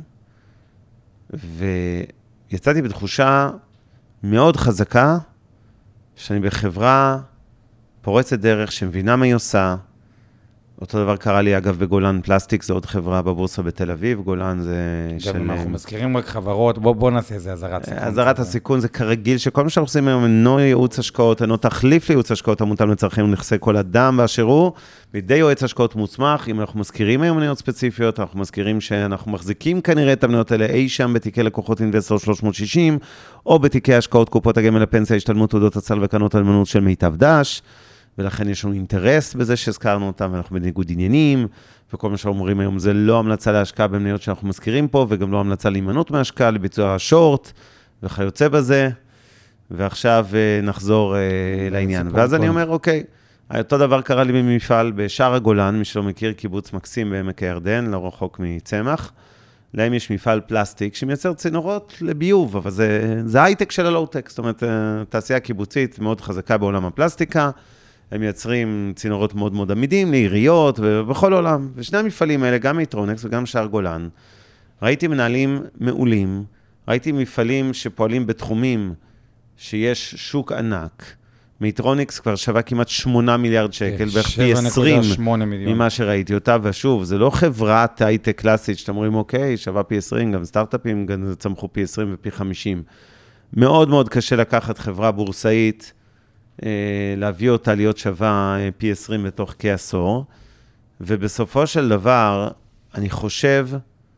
Speaker 4: ויצאתי בתחושה מאוד חזקה, שאני בחברה פורצת דרך, שמבינה מה היא עושה. אותו דבר קרה לי, אגב, בגולן פלסטיק, זו עוד חברה בבורסה בתל אביב, גולן זה
Speaker 3: של... גם אנחנו מזכירים רק חברות, בוא, בוא נעשה איזה עזרת סיכון.
Speaker 4: עזרת הסיכון זה כרגיל, שכל מה שאנחנו עושים היום אינו ייעוץ השקעות, אינו תחליף לייעוץ השקעות המותאם לצרכים ונכסי כל אדם באשר הוא, בידי יועץ השקעות מוסמך. אם אנחנו מזכירים היום מניות ספציפיות, אנחנו מזכירים שאנחנו מחזיקים כנראה את המניות האלה אי שם בתיקי לקוחות אינבסטור שלוש מאות שישים, או בתיקי השקעות קופות הגמל לפנסיה, השתלמות תעודות הצל וקרנות אלמנות של מיטב דש. ולכן יש לנו אינטרס בזה שהזכרנו אותם, ואנחנו בניגוד עניינים, וכל מה שאומרים היום זה לא המלצה להשקעה במניות שאנחנו מזכירים פה, וגם לא המלצה להימנעות מהשקעה, לביצוע השורט, וכיוצא בזה, ועכשיו נחזור לעניין. ואז אני אומר, אוקיי, אותו דבר קרה לי במפעל בשער הגולן, מי שלא מכיר, קיבוץ מקסים בעמק הירדן, לא רחוק מצמח, להם יש מפעל פלסטיק שמייצר צינורות לביוב, אבל זה, זה הייטק של הלואו-טק, זאת אומרת, תעשייה קיבוצית מאוד חזקה בעולם הפלסטיקה, הם מייצרים צינורות מאוד מאוד עמידים, לעיריות ובכל עולם. ושני המפעלים האלה, גם מייטרוניקס וגם שער גולן, ראיתי מנהלים מעולים, ראיתי מפעלים שפועלים בתחומים שיש שוק ענק. מייטרוניקס כבר שווה כמעט שמונה מיליארד שקל, בערך פי עשרים ממה שראיתי אותה, ושוב, זה לא חברת הייטק קלאסית, שאתם אומרים, אוקיי, שווה פי עשרים, גם סטארט-אפים גם צמחו פי עשרים ופי חמישים. מאוד מאוד קשה לקחת חברה בורסאית, להביא אותה להיות שווה פי עשרים בתוך כעשור, ובסופו של דבר, אני חושב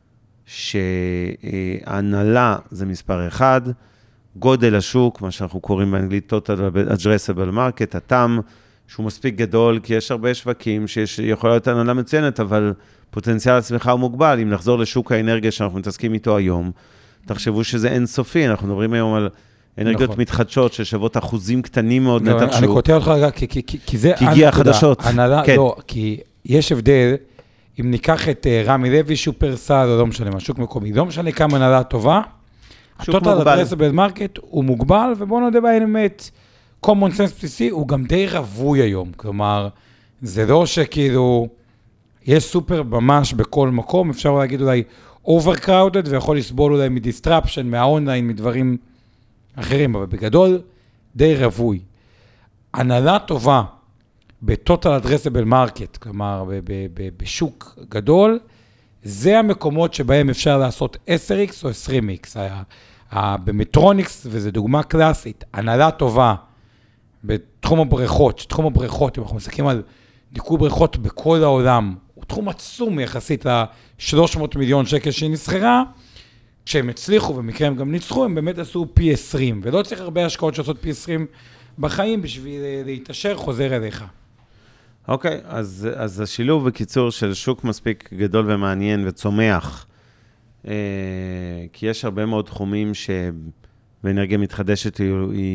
Speaker 4: שההנהלה זה מספר אחד, גודל השוק, מה שאנחנו קוראים באנגלית total addressable market, התם, שהוא מספיק גדול, כי יש הרבה שווקים שיכולה להיות הנהלה מצוינת, אבל פוטנציאל הצמיחה הוא מוגבל. אם נחזור לשוק האנרגיה שאנחנו מתעסקים איתו היום, תחשבו שזה אינסופי, אנחנו מדברים היום על אנרגיות נכון. מתחדשות ששוות אחוזים קטנים מאוד
Speaker 3: לא,
Speaker 4: נתח שוק.
Speaker 3: אני קוטע אותך רגע, כי, כי, כי, כי זה...
Speaker 4: כי הגיע החדשות.
Speaker 3: הנהלה, כן. לא, כי יש הבדל, אם ניקח את uh, רמי לוי, שופרסל, או לא משנה, משוק מקומי, לא משנה כמה הנהלה טובה, ה-Total Addressable Market הוא מוגבל, ובואו נודה באמת, common sense בסיסי הוא גם די רווי היום, כלומר, זה לא שכאילו, יש סופר ממש בכל מקום, אפשר להגיד אולי overcrowded, ויכול לסבול אולי מ-disruption, מהאונליין, מדברים אחרים, אבל בגדול, די רווי. הנהלה טובה ב-Total Addressable Market, כלומר, בשוק גדול, זה המקומות שבהם אפשר לעשות עשר אקס או עשרים אקס. במטרוניקס, וזו דוגמה קלאסית, הנהלה טובה בתחום הבריכות, שתחום הבריכות, אם אנחנו מסתכלים על דיקוי בריכות בכל העולם, הוא תחום עצום יחסית ל-שלוש מאות מיליון שקל שנסחרה, כשהם הצליחו, במקרה הם גם ניצחו, הם באמת עשו פי עשרים, ולא צריך הרבה השקעות שעושות פי עשרים בחיים בשביל להתאשר חוזר אליך.
Speaker 4: אוקיי, okay, אז, אז השילוב בקיצור של שוק מספיק גדול ומעניין וצומח, אה, כי יש הרבה מאוד תחומים שבאנרגיה מתחדשת היא, היא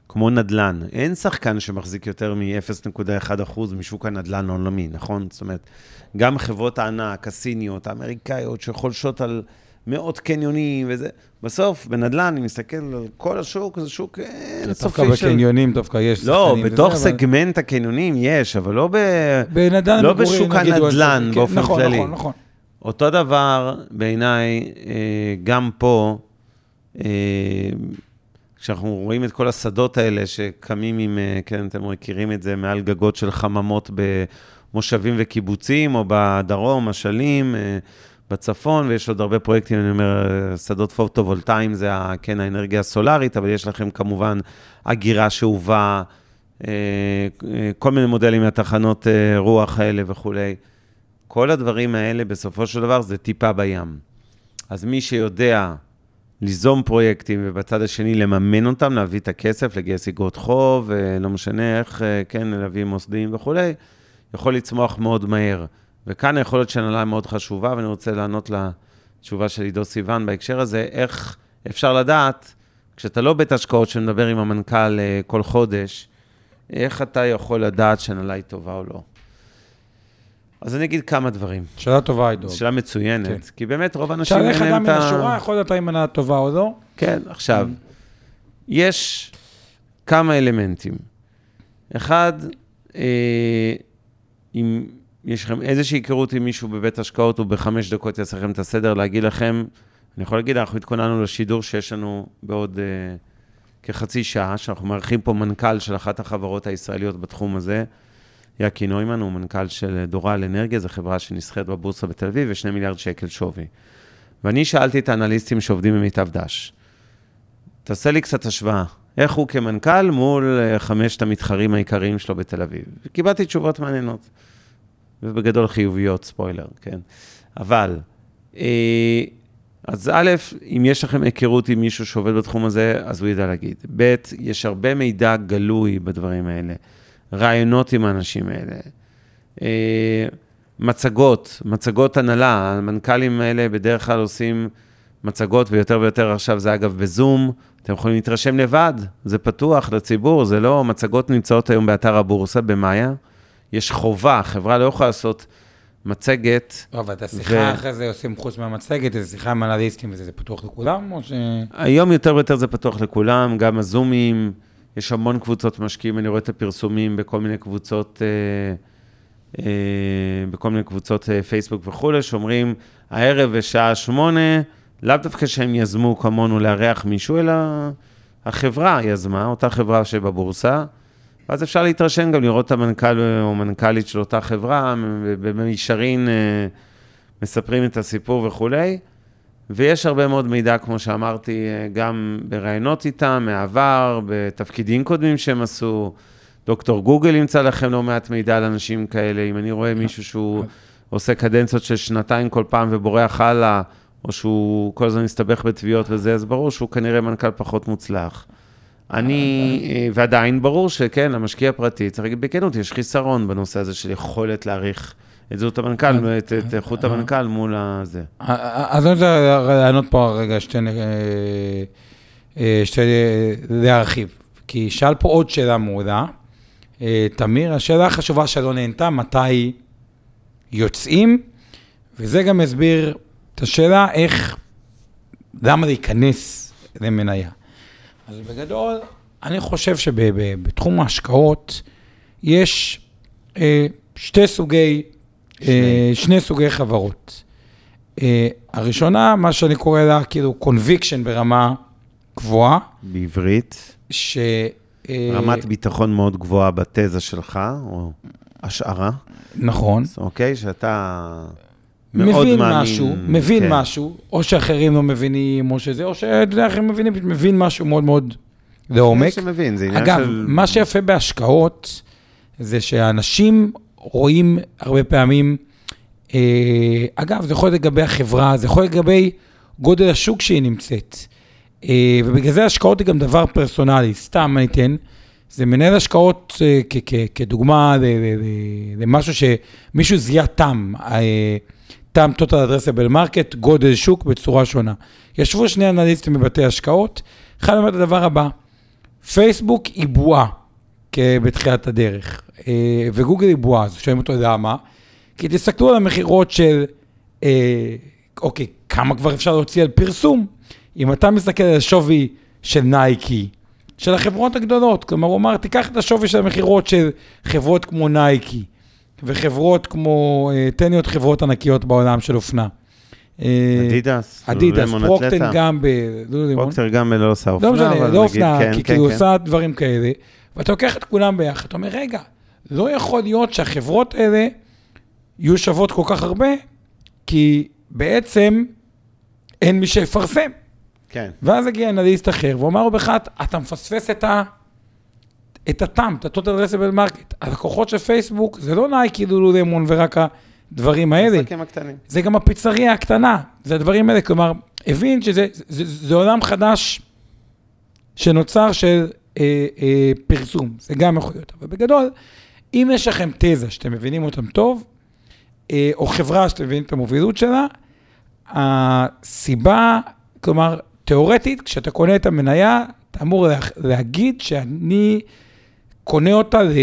Speaker 4: כמו נדל"ן. אין שחקן שמחזיק יותר מ-אפס נקודה אחת אחוז משוק הנדל"ן העולמי, נכון? זאת אומרת, גם חברות הענק, הסיניות, האמריקאיות, שחולשות על מאות קניונים וזה, בסוף, בנדל"ן, אני מסתכל על כל השוק, זה שוק אינסופי של...
Speaker 3: דווקא בקניונים, דווקא יש שחקנים.
Speaker 4: לא, בתוך סגמנט הקניונים יש, אבל לא בשוק הנדל"ן באופן כללי. נכון, נכון, נכון. אותו דבר, בעיניי, גם פה, כשאנחנו רואים את כל השדות האלה שקמים עם, כן, אתם מכירים את זה, מעל גגות של חממות במושבים וקיבוצים, או בדרום, משלים, בצפון, ויש עוד הרבה פרויקטים, אני אומר, שדות פוטו-וולטאיים, זה, כן, האנרגיה הסולארית, אבל יש לכם כמובן אגירה שאובה, כל מיני מודלים מהתחנות רוח האלה וכולי. כל הדברים האלה, בסופו של דבר, זה טיפה בים. אז מי שיודע ליזום פרויקטים, ובצד השני לממן אותם, להביא את הכסף, לגייס איגרות חוב, לא משנה איך, כן, להביא מוסדים וכולי, יכול לצמוח מאוד מהר. וכאן יכול להיות שהנהלה מאוד חשובה, ואני רוצה לענות לתשובה של עידו סיוון בהקשר הזה, איך אפשר לדעת, כשאתה לא בית השקעות שמדבר עם המנכ"ל כל חודש, איך אתה יכול לדעת שהנהלה היא טובה או לא. אז אני אגיד כמה דברים.
Speaker 3: שאלה טובה, עידו.
Speaker 4: שאלה מצוינת, כן. כי באמת רוב האנשים...
Speaker 3: שאלה איך אדם מן השורה, יכול לדעת אם הנהלה טובה או לא?
Speaker 4: כן, עכשיו, יש כמה אלמנטים. אחד, אה, אם יש לכם איזושהי היכרות עם מישהו בבית השקעות, הוא בחמש דקות יעשה לכם את הסדר, להגיד לכם, אני יכול להגיד, אנחנו התכוננו לשידור שיש לנו בעוד אה, כחצי שעה, שאנחנו מארחים פה מנכ"ל של אחת החברות הישראליות בתחום הזה, יאקי נוימן, הוא מנכ"ל של דורל אנרגיה, זו חברה שנסחרת בבורסה בתל אביב, ושני מיליארד שקל שווי. ואני שאלתי את האנליסטים שעובדים במיטב דש, תעשה לי קצת השוואה, איך הוא כמנכ"ל מול חמשת המתחרים העיקריים שלו בתל אביב. וקיבלתי תשובות מעניינות, ובגדול חיוביות, ספוילר, כן. אבל, אז א', אם יש לכם היכרות עם מישהו שעובד בתחום הזה, אז הוא ידע להגיד. ב', יש הרבה מידע גלוי בדברים האלה. רעיונות עם האנשים האלה. מצגות, מצגות הנהלה, המנכ"לים האלה בדרך כלל עושים מצגות, ויותר ויותר עכשיו זה אגב בזום, אתם יכולים להתרשם לבד, זה פתוח לציבור, זה לא, מצגות נמצאות היום באתר הבורסה, במאיה, יש חובה, חברה לא יכולה לעשות מצגת.
Speaker 3: אבל את השיחה אחרי זה עושים חוץ מהמצגת, זה שיחה עם אנליסטים וזה, זה פתוח לכולם, או ש...
Speaker 4: היום יותר ויותר זה פתוח לכולם, גם הזומים, יש המון קבוצות משקיעים, אני רואה את הפרסומים בכל מיני קבוצות, אה, אה, בכל מיני קבוצות אה, פייסבוק וכו', שאומרים, הערב בשעה שמונה, לאו דווקא שהם יזמו כמונו לארח מישהו, אלא החברה יזמה, אותה חברה שבבורסה, ואז אפשר להתרשם גם לראות את המנכ"ל או מנכ"לית של אותה חברה, במישרין אה, מספרים את הסיפור וכו'. ויש הרבה מאוד מידע, כמו שאמרתי, גם ברעיונות איתם, מעבר, בתפקידים קודמים שהם עשו. דוקטור גוגל ימצא לכם לא מעט מידע על אנשים כאלה. אם אני רואה מישהו שהוא עושה קדנציות של שנתיים כל פעם ובורח הלאה, או שהוא כל הזמן מסתבך בתביעות וזה, אז ברור שהוא כנראה מנכ"ל פחות מוצלח. אני, ועדיין ברור שכן, למשקיע הפרטי, צריך להגיד בכנות, יש חיסרון בנושא הזה של יכולת להעריך את זאת המנכ"ל, את איכות המנכ"ל מול הזה.
Speaker 3: אז אני רוצה לענות פה רגע שתי להרחיב, כי שאל פה עוד שאלה מעולה, תמיר, השאלה החשובה שלא נהנתה, מתי יוצאים, וזה גם מסביר את השאלה איך, למה להיכנס למניה. אז בגדול, אני חושב שבתחום ההשקעות יש שתי סוגי, שני, שני סוגי חברות. הראשונה, מה שאני קורא לה, כאילו, conviction ברמה גבוהה.
Speaker 4: בעברית.
Speaker 3: ש...
Speaker 4: רמת ביטחון מאוד גבוהה בתזה שלך, או השערה.
Speaker 3: נכון.
Speaker 4: אוקיי, שאתה
Speaker 3: מאוד מבין מאמין. משהו, מבין כן. משהו, או שאחרים לא מבינים, או שזה, או שאחרים מבינים, מבין משהו מאוד מאוד לעומק.
Speaker 4: שמבין, זה עניין
Speaker 3: אגב,
Speaker 4: של...
Speaker 3: מה שיפה בהשקעות, זה שאנשים רואים הרבה פעמים, אה, אגב, זה יכול להיות לגבי החברה, זה יכול להיות לגבי גודל השוק שהיא נמצאת. אה, ובגלל זה השקעות היא גם דבר פרסונלי, סתם אני אתן, זה מנהל השקעות אה, כ- כ- כדוגמה למשהו שמישהו זיהה תם, אה, תם total addressable market, גודל שוק בצורה שונה. ישבו שני אנליסטים בבתי השקעות, אחד אומר את הדבר הבא, פייסבוק היא בועה בתחילת הדרך, וגוגל היא בועה, אז שואלים אותו למה? כי תסתכלו על המחירות של, אוקיי, כמה כבר אפשר להוציא על פרסום? אם אתה מסתכל על השווי של נייקי, של החברות הגדולות, כלומר, הוא אמר, תיקח את השווי של המחירות של חברות כמו נייקי, וחברות כמו, תן לי עוד חברות ענקיות בעולם של אופנה.
Speaker 4: אדידס.
Speaker 3: אדידס, פרוקטר גם ב...
Speaker 4: פרוקטר גם לא עושה אופנה.
Speaker 3: לא משנה, לא אופנה, כי כאילו עושה דברים כאלה, ואתה לוקח את כולם ביחד, אתה אומר, רגע, לא יכול להיות שהחברות האלה יהיו שוות כל כך הרבה, כי בעצם אין מי שיפרסם.
Speaker 4: כן.
Speaker 3: ואז הגיע אנליסט אחר, ואומר לו בכלל, אתה מפספס את ה... את הטעם, את ה-Total Addressable Market. הלקוחות של פייסבוק, זה לא נייקי, לולולמון ורק הדברים האלה.
Speaker 4: עסקים הקטנים.
Speaker 3: זה גם הפיצריה הקטנה, זה הדברים האלה, כלומר, הבין שזה זה, זה, זה עולם חדש שנוצר של אה, אה, פרסום, זה גם יכול להיות. אבל בגדול, אם יש לכם תזה שאתם מבינים אותם טוב, אה, או חברה שאתם מבינים את המובילות שלה, הסיבה, כלומר, תיאורטית, כשאתה קונה את המניה, אתה אמור לה, להגיד שאני קונה אותה ל,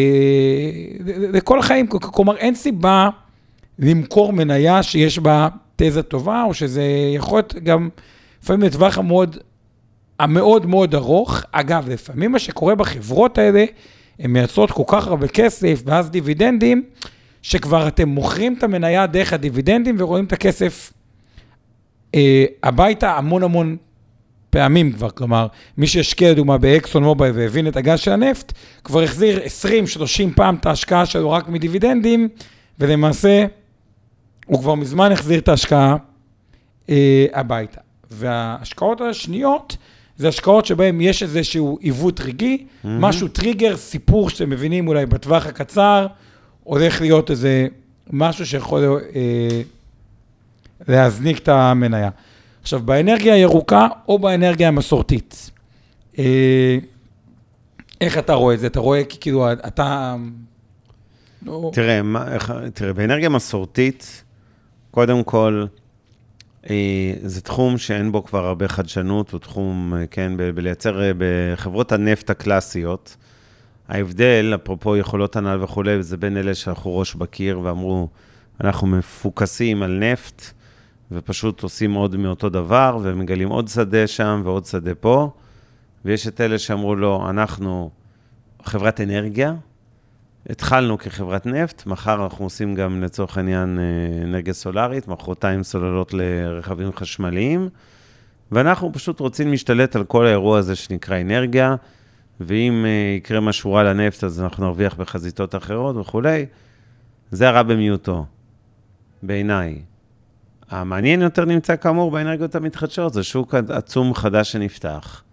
Speaker 3: לכל החיים, כלומר, אין סיבה למכור מניה שיש בה תזה טובה, או שזה יכול להיות גם לפעמים לטווח המאוד, המאוד מאוד ארוך. אגב, לפעמים מה שקורה בחברות האלה, הן מייצרות כל כך הרבה כסף, ואז דיבידנדים, שכבר אתם מוכרים את המניה דרך הדיבידנדים, ורואים את הכסף אה, הביתה המון המון פעמים כבר. כלומר, מי שהשקיע לדוגמה באקסון מובייל והבין את הגז של הנפט, כבר החזיר עשרים שלושים פעם את ההשקעה שלו רק מדיבידנדים, ולמעשה הוא כבר מזמן החזיר את ההשקעה אה, הביתה. וההשקעות השניות, זה השקעות שבהן יש איזשהו עיוות רגעי, mm-hmm. משהו טריגר, סיפור שאתם מבינים אולי בטווח הקצר, הולך להיות איזה משהו שיכול אה, להזניק את המניה. עכשיו, באנרגיה הירוקה או באנרגיה המסורתית, אה, איך אתה רואה את זה? אתה רואה כאילו אתה...
Speaker 4: תראה, מה, תראה, באנרגיה מסורתית, קודם כל, אה, זה תחום שאין בו כבר הרבה חדשנות, הוא תחום, כן, ב- בלייצר בחברות הנפט הקלאסיות. ההבדל, אפרופו יכולות הנעל וכו', זה בין אלה שאנחנו ראש בקיר ואמרו, אנחנו מפוקסים על נפט, ופשוט עושים עוד מאותו דבר, ומגלים עוד שדה שם ועוד שדה פה, ויש את אלה שאמרו לו, אנחנו חברת אנרגיה, התחלנו כחברת נפט, מחר אנחנו עושים גם לצורך העניין אנרגיה סולארית, מחרתיים סוללות לרכבים חשמליים, ואנחנו פשוט רוצים להשתלט על כל האירוע הזה שנקרא אנרגיה, ואם יקרה משהו רע לנפט, אז אנחנו נרוויח בחזיתות אחרות וכו'. זה הרע במיעוטו, בעיניי. המעניין יותר נמצא כאמור באנרגיות המתחדשות, זה שוק עצום חדש שנפתח,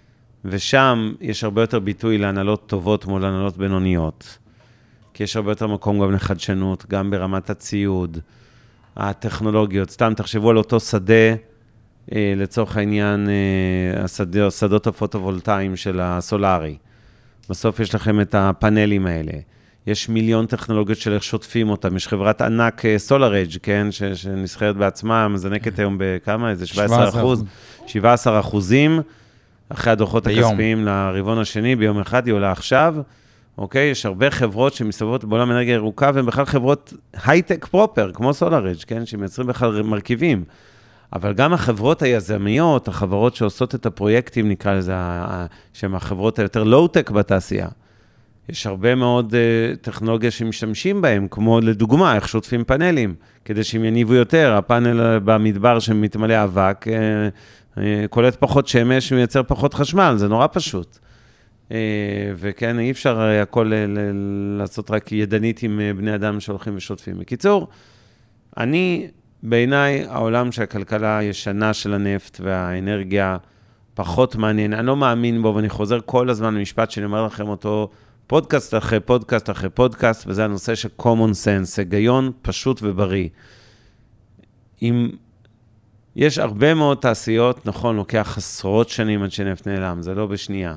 Speaker 4: ושם יש הרבה יותר ביטוי להנהלות טובות מול הנהלות בינוניות, כי יש הרבה יותר מקום גם לחדשנות, גם ברמת הציוד, הטכנולוגיות. סתם תחשבו על אותו שדה, אה, לצורך העניין, אה, השדה, השדות הפוטו-וולטאיים של הסולארי. בסוף יש לכם את הפאנלים האלה. יש מיליון טכנולוגיות של איך שוטפים אותם. יש חברת ענק SolarEdge, כן, ש- שנסחרת בעצמה, מזנקת היום בכמה? איזה שבע עשרה אחוז? שבע עשרה אחוזים, אחרי הדוחות ביום. הכספיים לרבעון השני, ביום אחד היא עולה עכשיו. אוקיי? יש הרבה חברות שמסתובבות בעולם אנרגיה ירוקה, והן בכלל חברות הייטק פרופר, כמו SolarEdge, כן? שמייצרים בכלל מרכיבים. אבל גם החברות היזמיות, החברות שעושות את הפרויקטים, נקרא לזה, שהן החברות היותר לואו-טק בתעשייה. יש הרבה מאוד uh, טכנולוגיה שמשתמשים בהם, כמו לדוגמה, איך שוטפים פאנלים, כדי שהם יניבו יותר. הפאנל במדבר שמתמלא אבק, uh, uh, קולט פחות שמש ומייצר פחות חשמל, זה נורא פשוט. Uh, וכן, אי אפשר הכל ל- ל- לעשות רק ידנית עם בני אדם שהולכים ושוטפים. בקיצור, אני, בעיניי, העולם שהכלכלה הישנה של הנפט והאנרגיה פחות מעניין. אני לא מאמין בו, ואני חוזר כל הזמן למשפט שאני אומר לכם אותו, פודקאסט אחרי פודקאסט אחרי פודקאסט, וזה הנושא של common sense, היגיון פשוט ובריא. אם יש הרבה מאוד תעשיות, נכון, לוקח עשרות שנים עד שנפט נעלם, זה לא בשנייה.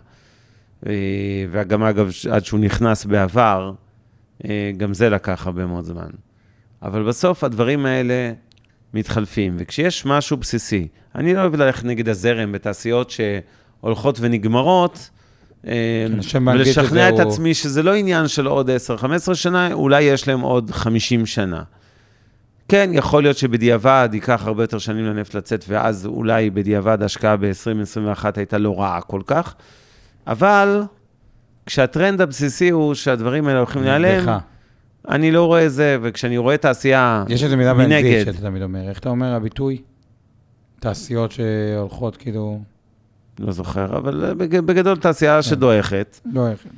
Speaker 4: וגם אגב, עד שהוא נכנס בעבר, גם זה לקח הרבה מאוד זמן. אבל בסוף הדברים האלה מתחלפים, וכשיש משהו בסיסי, אני לא אוהב ללכת נגד הזרם בתעשיות שהולכות ונגמרות, ולשכנע את עצמי שזה לא עניין של עוד עשר חמש עשרה שנה, אולי יש להם עוד חמישים שנה. כן, יכול להיות שבדיעבד ייקח הרבה יותר שנים לנפט לצאת, ואז אולי בדיעבד השקעה ב-עשרים עשרים ואחת הייתה לא רעה כל כך, אבל כשהטרנד הבסיסי הוא שהדברים האלה הולכים להיעלם, אני לא רואה זה, וכשאני רואה תעשייה מנגד...
Speaker 3: יש איזו מידה באנגלית שאתה תמיד אומר, איך אתה אומר הביטוי? תעשיות שהולכות כאילו...
Speaker 4: לא זוכר, אבל בגדול תעשייה שדועכת.
Speaker 3: דועכת.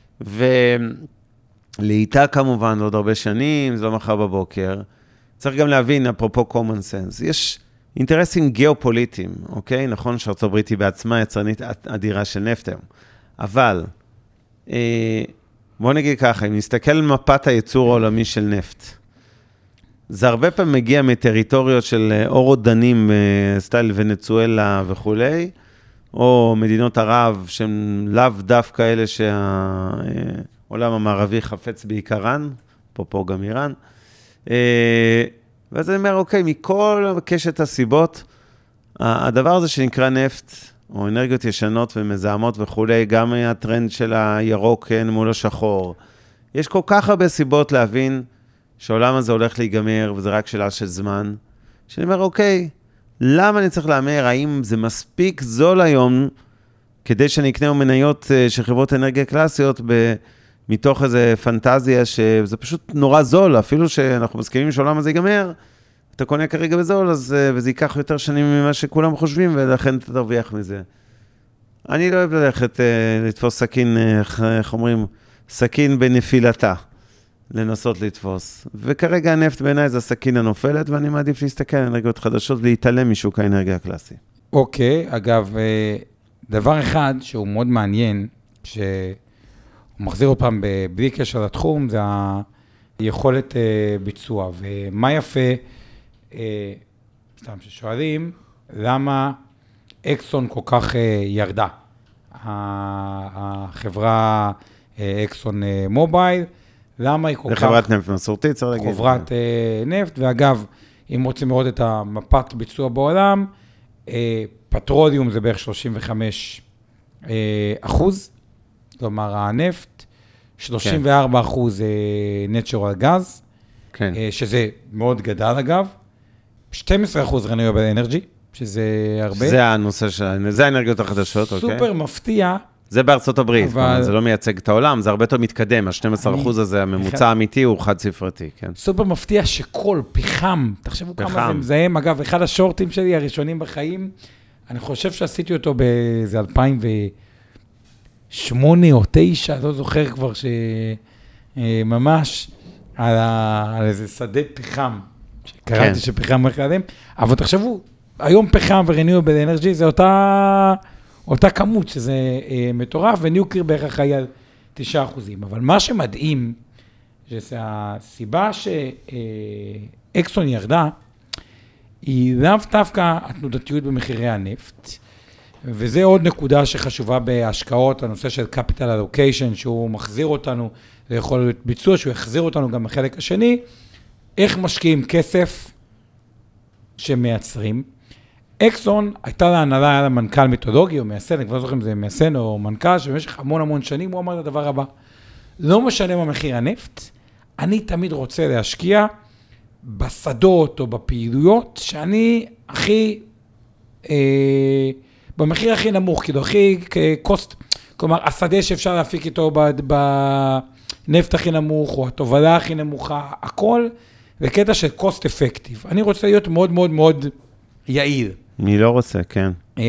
Speaker 4: ולאיתה כמובן, עוד הרבה שנים, זה לא מחר בבוקר. צריך גם להבין, אפרופו common sense, יש אינטרסים גיאופוליטיים, אוקיי? נכון שארצות הברית היא בעצמה יצרנית אדירה של נפט היום. אבל, אה, בוא נגיד ככה, אם נסתכל על מפת הייצור העולמי של נפט, זה הרבה פעמים מגיע מטריטוריות של אורודנים, סטייל ונצואלה וכולי, או מדינות ערב שהן לאו דווקא אלה שהעולם המערבי חפץ בעיקרן, פה פה גם איראן. ואז אני אומר, אוקיי, מכל קשת הסיבות, הדבר הזה שנקרא נפט, או אנרגיות ישנות ומזהמות וכולי, גם הטרנד של הירוק מול השחור, יש כל כך הרבה סיבות להבין שהעולם הזה הולך להיגמר, וזה רק שאלה של זמן, שאני אומר, אוקיי, למה אני צריך לאמר, האם זה מספיק זול היום, כדי שאני אקנה מניות של חברות אנרגיה קלאסיות, מתוך איזו פנטזיה שזה פשוט נורא זול, אפילו שאנחנו מסכימים שהעולם הזה ייגמר, אתה קונה כרגע בזול, אז, וזה ייקח יותר שנים ממה שכולם חושבים, ולכן אתה תרוויח מזה. אני לא אוהב ללכת לתפוס סכין, איך אומרים, סכין בנפילתה. לנסות לתפוס. וכרגע הנפט בעיניי זה הסכין הנופלת, ואני מעדיף להסתכל על אנרגיות חדשות, להתעלם משוק האנרגיה הקלאסי.
Speaker 3: אוקיי, אגב, דבר אחד שהוא מאוד מעניין, שהוא מחזיר עוד פעם בלי קשר לתחום, זה היכולת ביצוע. ומה יפה, סתם ששואלים, למה אקסון כל כך ירדה? החברה אקסון מובייל, למה היא כל כך...
Speaker 4: זה חברת נפט מסורתית, צריך להגיד.
Speaker 3: חברת נפט, ואגב, אם רוצים לראות את המפת ביצוע בעולם, פטרוליום זה בערך שלושים וחמישה אחוז, כלומר הנפט, שלושים וארבעה אחוז נטשורל גז, שזה מאוד גדל אגב, שנים עשר אחוז renewable energy, שזה הרבה.
Speaker 4: זה הנושא של... זה האנרגיות החדשות, אוקיי?
Speaker 3: סופר מפתיע.
Speaker 4: זה בארצות הברית, זה לא מייצג את העולם, זה הרבה יותר מתקדם, ה-שנים עשר אחוז הזה, הממוצע האמיתי הוא חד ספרתי, כן.
Speaker 3: סופר מפתיע שכל פחם, תחשבו כמה זה מזהם, אגב, אחד השורטים שלי, הראשונים בחיים, אני חושב שעשיתי אותו באיזה אלפיים ושמונה או תשע, לא זוכר כבר שממש על איזה שדה פחם, שקראתי שפחם מקדם, אבל תחשבו, היום פחם ו-renewable energy זה אותה... אותה כמות שזה אה, מטורף, וניוקליר בערך אחראי על תשעה אחוזים. אבל מה שמדהים, שזה הסיבה שאקסון ירדה, היא לאו דווקא התנודתיות במחירי הנפט, וזה עוד נקודה שחשובה בהשקעות, הנושא של capital allocation, שהוא מחזיר אותנו ליכולת ביצוע, שהוא יחזיר אותנו גם בחלק השני, איך משקיעים כסף שמייצרים, אקסון הייתה להנהלה, היה לה מנכ"ל מיתולוגי או מייסן, אני כבר לא זוכר אם זה מייסן או מנכ"ל, שבמשך המון המון שנים הוא אמר את הדבר הבא, לא משנה מה מחיר הנפט, אני תמיד רוצה להשקיע בשדות או בפעילויות, שאני הכי, אה, במחיר הכי נמוך, כאילו הכי קוסט, כלומר השדה שאפשר להפיק איתו בנפט הכי נמוך, או התובלה הכי נמוכה, הכל, זה קטע של קוסט אפקטיב. אני רוצה להיות מאוד מאוד מאוד יעיל.
Speaker 4: אני לא רוצה, כן.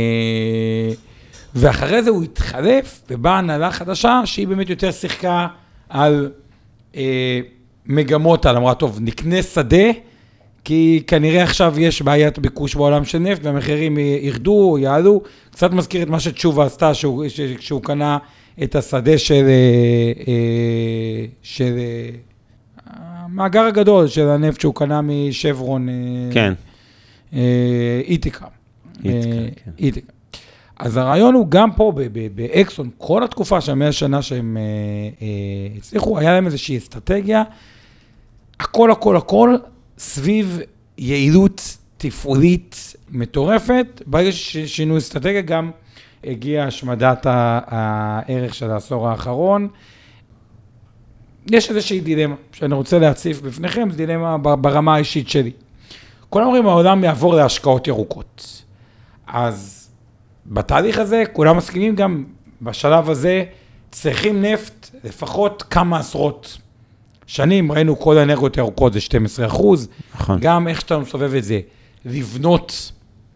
Speaker 3: ואחרי זה הוא התחלף, ובאה הנהלה חדשה, שהיא באמת יותר שיחקה על מגמות, על אמרה, טוב, נקנה שדה, כי כנראה עכשיו יש בעיית ביקוש בעולם של נפט, והמחירים ירדו, יעלו, קצת מזכיר את מה שתשובה עשתה, כשהוא קנה את השדה של, של המאגר הגדול של הנפט, שהוא קנה משברון,
Speaker 4: כן.
Speaker 3: איתיקה. איתיקה. אז הרעיון הוא גם פה באקסון, כל התקופה של המאה שנה שהם הצליחו, היה להם איזושהי אסטרטגיה, הכל הכל הכל סביב יעילות תפעולית מטורפת, ברגע ששינו אסטרטגיה גם הגיעה השמדת הערך של העשור האחרון. יש איזושהי דילמה שאני רוצה להציף בפניכם, זו דילמה ברמה האישית שלי. כולם אומרים, העולם יעבור להשקעות ירוקות. אז בתהליך הזה, כולם מסכימים גם בשלב הזה, צריכים נפט לפחות כמה עשרות שנים. ראינו כל האנרגיות ירוקות זה שנים עשר אחוז.
Speaker 4: נכון.
Speaker 3: גם איך שאתה מסובב את זה, לבנות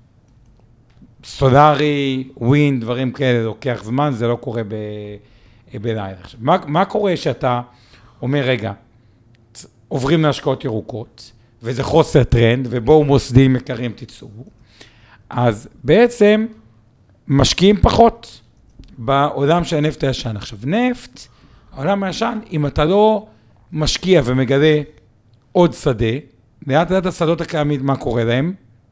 Speaker 3: סולרי, ווינד, דברים כאלה, לוקח זמן, זה לא קורה ב... בלילה. עכשיו, מה, מה קורה שאתה אומר, רגע, עוברים להשקעות ירוקות, וזה חוסר טרנד, ובואו מוסדים יקרים תצאו, אז בעצם משקיעים פחות בעולם של הנפט הישן. עכשיו, נפט, העולם הישן, אם אתה לא משקיע ומגלה עוד שדה, לאט לאט השדות הקיימים, מה קורה להם?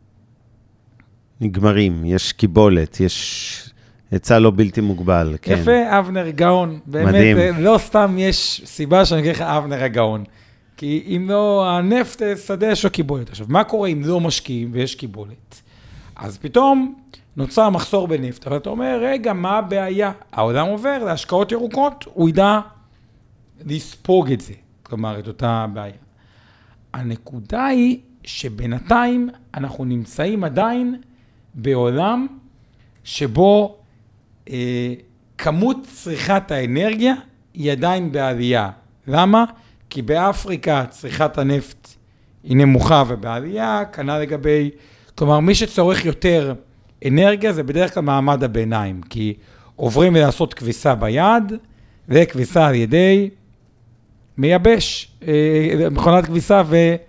Speaker 4: נגמרים, יש קיבולת, יש היצע לא בלתי מוגבל, כן.
Speaker 3: יפה, אבנר גאון. באמת, מדהים. לא סתם יש סיבה שאני אגיד לך אבנר הגאון. כי אם לא, הנפט שדה יש לו קיבולת. עכשיו, מה קורה אם לא משקיעים ויש קיבולת? אז פתאום נוצר מחסור בנפט, אבל אתה אומר, רגע, מה הבעיה? העולם עובר להשקעות ירוקות, הוא ידע לספוג את זה, כלומר, את אותה בעיה. הנקודה היא שבינתיים אנחנו נמצאים עדיין בעולם שבו אה, כמות צריכת האנרגיה היא עדיין בעלייה. למה? כי באפריקה צריכת הנפט היא נמוכה ובעלייה, כנ"ל לגבי, כלומר מי שצורך יותר אנרגיה זה בדרך כלל מעמד הביניים, כי עוברים לעשות כביסה ביד, וכביסה על ידי מייבש, אה, מכונת כביסה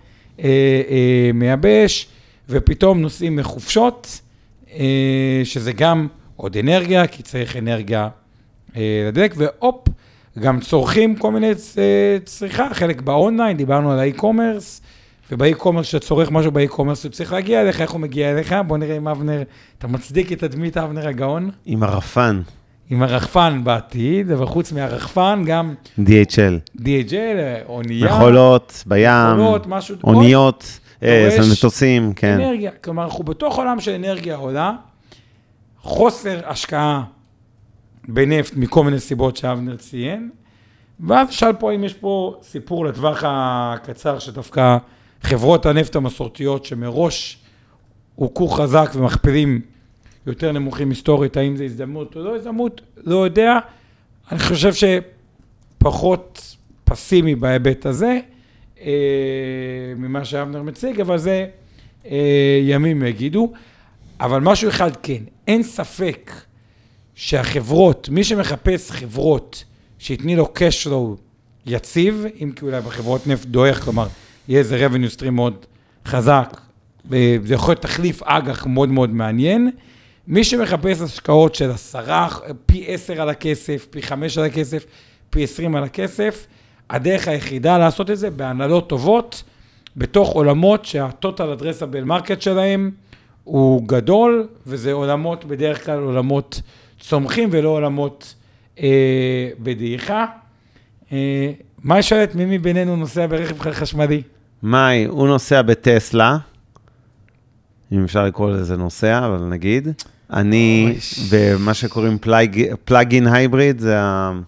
Speaker 3: ומייבש, אה, אה, ופתאום נוסעים לחופשות, אה, שזה גם עוד אנרגיה, כי צריך אנרגיה אה, לדלק, ואופ, גם צורכים כל מיני צריכה, חלק באונליין, דיברנו על האי-קומרס, ובאי-קומרס שצורך משהו באי-קומרס, הוא צריך להגיע אליך, איך הוא מגיע אליך? בוא נראה אם אבנר, אתה מצדיק את הדמית אבנר הגאון.
Speaker 4: עם הרחפן.
Speaker 3: עם הרחפן בעתיד, אבל חוץ מהרחפן גם...
Speaker 4: די אייץ' אל.
Speaker 3: די אייץ' אל, אונייה.
Speaker 4: מכולות, בים,
Speaker 3: מכולות, משהו...
Speaker 4: אוניות, מטוסים, כן.
Speaker 3: אנרגיה, כלומר, אנחנו בתוך עולם של אנרגיה עולה, חוסר השקעה בנפט מכל מיני סיבות שאבנר ציין, ואז שאל פה אם יש פה סיפור לטווח הקצר, שדווקא חברות הנפט המסורתיות שמראש הוכו חזק ומכפילים יותר נמוכים היסטורית, האם זה הזדמנות או לא הזדמנות, לא יודע. אני חושב שפחות פסימי בהיבט הזה, אה, ממה שאבנר מציג, אבל זה אה, ימים יגידו. אבל משהו אחד כן, אין ספק שהחברות, מי שמחפש חברות שיתני לו cash flow יציב, אם כי אולי בחברות נפט דויח, כלומר, יהיה איזה revenue stream מאוד חזק, זה יכול להיות תחליף אג"ח מאוד מאוד מעניין. מי שמחפש השקעות של עשרה, פי עשר על הכסף, פי חמש על הכסף, פי עשרים על הכסף, הדרך היחידה לעשות את זה בהנהלות טובות, בתוך עולמות שה-total addressable market שלהם הוא גדול, וזה עולמות, בדרך כלל עולמות צומחים ולא עולמות אה, בדעיכה. אה, מה ישאלת, מי מבינינו נוסע ברכב חשמלי?
Speaker 4: מאי, הוא נוסע בטסלה, אם אפשר לקרוא לזה נוסע, אבל נגיד. אני, במה שקוראים פלאגין הייבריד, זה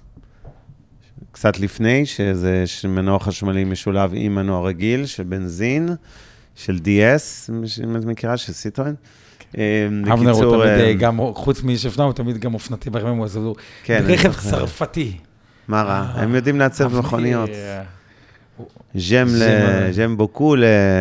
Speaker 4: קצת לפני, שזה מנוע חשמלי משולב עם מנוע רגיל, של בנזין, של די אס, אם את מכירה, של סיטרואן.
Speaker 3: אבנר הוא תמיד, גם חוץ משפנה, הוא תמיד גם אופנתי ברמים, הוא עזבו. רכב צרפתי.
Speaker 4: מה רע? הם יודעים לעצב מכוניות. ז'ם בוקו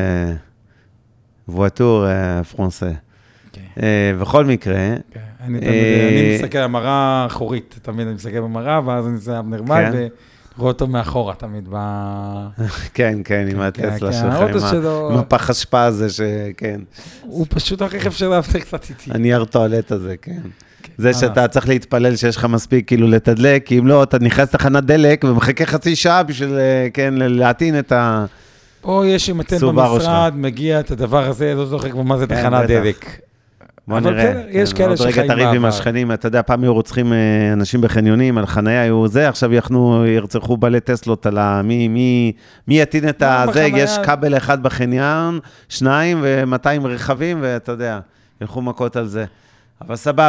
Speaker 4: לוואטור פרנסה. בכל מקרה.
Speaker 3: אני מסתכל על מראה אחורית, תמיד אני מסתכל במראה, ואז אני מסתכל אבנר מאי, ורואה אותו מאחורה תמיד.
Speaker 4: כן, כן, עם הטסלה שלך, עם הפח השפעה הזה, שכן.
Speaker 3: הוא פשוט הרכב של אבנר קצת איתי.
Speaker 4: הנייר טואלט הזה, כן. זה שאתה צריך להתפלל שיש לך מספיק כאילו לתדלק, כי אם לא, אתה נכנס לתחנת דלק ומחכה חצי שעה בשביל, כן, להטעין את ה...
Speaker 3: פה יש, אם אתם במשרד, מגיע את הדבר הזה, לא זוכר כבר מה זה תחנת דלק.
Speaker 4: בוא נראה.
Speaker 3: יש כאלה שחיים
Speaker 4: בעבר. עוד רגע תריב עם השכנים, אתה יודע, פעם היו רוצחים אנשים בחניונים, על חניה היו זה, עכשיו ירצחו בעלי טסלות על מי יטעין את הזה, יש כבל אחד בחניון, שניים ו-מאתיים רכבים, ואתה יודע, ילכו מכות על זה. אבל סבבה,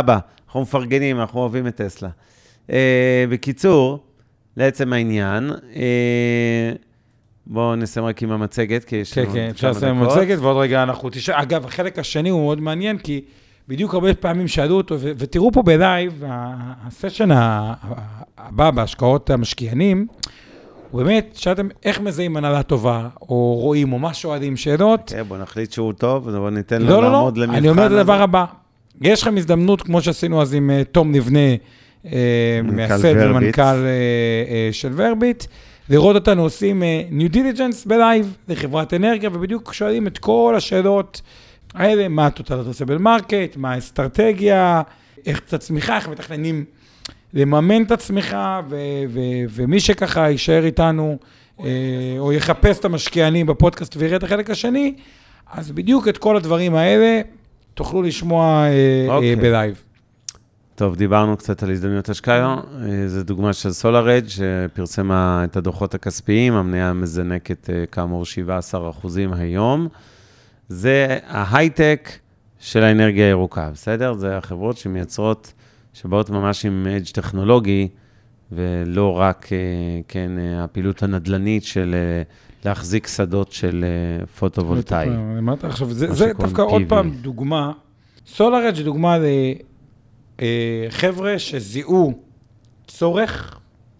Speaker 4: אנחנו מפרגנים, אנחנו אוהבים את טסלה. אה, בקיצור, לעצם העניין, אה, בואו נסיים רק עם המצגת, כי יש
Speaker 3: כן,
Speaker 4: לנו
Speaker 3: כן, אפשר לסיים עם המצגת, ועוד רגע אנחנו תשאר. אגב, החלק השני הוא מאוד מעניין, כי בדיוק הרבה פעמים שאלו אותו, ו- ותראו פה בלייב, הסשן הבא בהשקעות המשקיענים, הוא באמת, שאלתם איך מזהים הנהלה טובה, או רואים, או מה שואלים שאלות.
Speaker 4: כן, בואו נחליט שהוא טוב, ובואו ניתן
Speaker 3: לא,
Speaker 4: לו
Speaker 3: לא,
Speaker 4: לעמוד
Speaker 3: לא,
Speaker 4: למבחן.
Speaker 3: אני אומר את הדבר הבא. יש לכם הזדמנות, כמו שעשינו אז עם תום נבנה, מייסד ומנכ"ל של ורביט, לראות אותנו עושים New Diligence בלייב לחברת אנרגיה, ובדיוק שואלים את כל השאלות האלה, מה ה-Total Addressable Market, מה האסטרטגיה, איך את הצמיחה, איך מתכננים לממן את הצמיחה, ו- ו- ומי שככה יישאר איתנו, או יחפש את המשקיענים בפודקאסט ויראה את החלק השני, אז בדיוק את כל הדברים האלה תוכלו לשמוע okay. בלייב.
Speaker 4: טוב, דיברנו קצת על הזדמנויות השקעה, זו דוגמה של SolarEdge, שפרסמה את הדוחות הכספיים, המניה מזנקת כאמור שבעה עשר אחוזים היום. זה ההייטק של האנרגיה הירוקה, בסדר? זה החברות שמייצרות, שבאות ממש עם אדג' טכנולוגי, ולא רק, כן, הפעילות הנדלנית של להחזיק שדות של פוטו-וולטאי.
Speaker 3: עכשיו, זה דווקא עוד פעם דוגמה, SolarEdge זה דוגמה ל... חבר'ה שזיהו צורך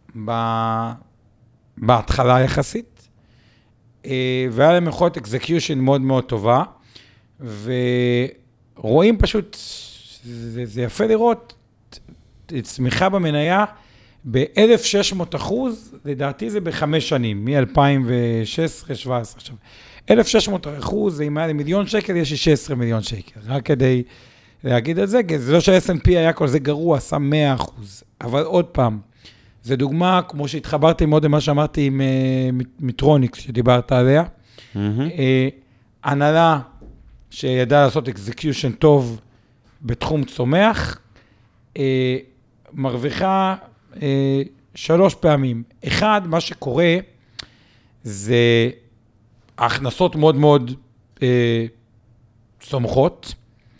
Speaker 3: בהתחלה יחסית, והיה להם יכולת אקזקיושן מאוד מאוד טובה, ורואים פשוט, זה, זה יפה לראות, צמיחה במניה ב-אלף ושש מאות אחוז, לדעתי זה בחמש שנים, מ-אלפיים ושש עשרה שבע עשרה. עכשיו, אלף ושש מאות אחוז, זה אם היה למיליון שקל, יש שש עשרה מיליון שקל, רק כדי... להגיד את זה, זה לא שה-אס אנד פי היה כל זה גרוע, עשה מאה אחוז, אבל עוד פעם, זו דוגמה, כמו שהתחברתי מאוד למה שאמרתי עם מיטרוניקס, שדיברת עליה, הנהלה שידעה לעשות אקזקיושן טוב בתחום צומח, מרוויחה שלוש פעמים. אחד, מה שקורה, זה ההכנסות מאוד מאוד צומחות,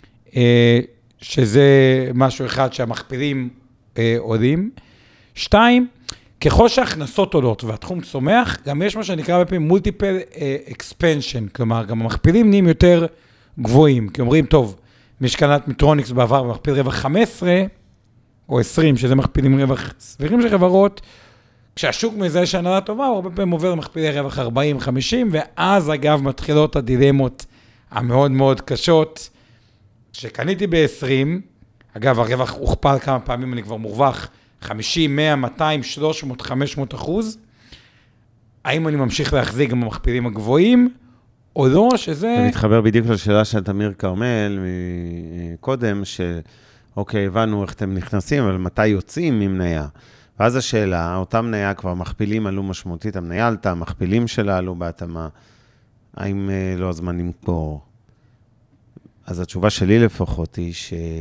Speaker 3: שזה משהו אחד שהמכפילים עולים. שתיים, ככל שההכנסות עולות והתחום צומח, גם יש מה שנקרא בפעמים מולטיפל אקספנשן, כלומר, גם המכפילים נהיים יותר גבוהים, כי אומרים, טוב, משקנת מיטרוניקס בעבר במכפיל רווח חמש עשרה או עשרים, שזה מכפילים רווח סבירים של חברות, כשהשוק מזהה שהנהלה טובה, הוא הרבה פעמים עובר למכפילי רווח ארבעים חמישים, ואז אגב מתחילות הדילמות המאוד מאוד קשות, שקניתי ב-עשרים, אגב, הרווח הוכפל כמה פעמים, אני כבר מורווח חמישים, מאה, מאתיים, שלוש מאות, חמש מאות אחוז. האם אני ממשיך להחזיק גם במכפילים הגבוהים, או לא, שזה... זה
Speaker 4: מתחבר בדיוק לשאלה של תמיר כרמל קודם, שאוקיי, הבנו איך אתם נכנסים, אבל מתי יוצאים ממניה? ואז השאלה, אותה מניה כבר מכפילים עלו משמעותית, המניה עלתה, המכפילים שלה עלו בהתאמה, האם לא הזמן למכור? אז התשובה שלי לפחות היא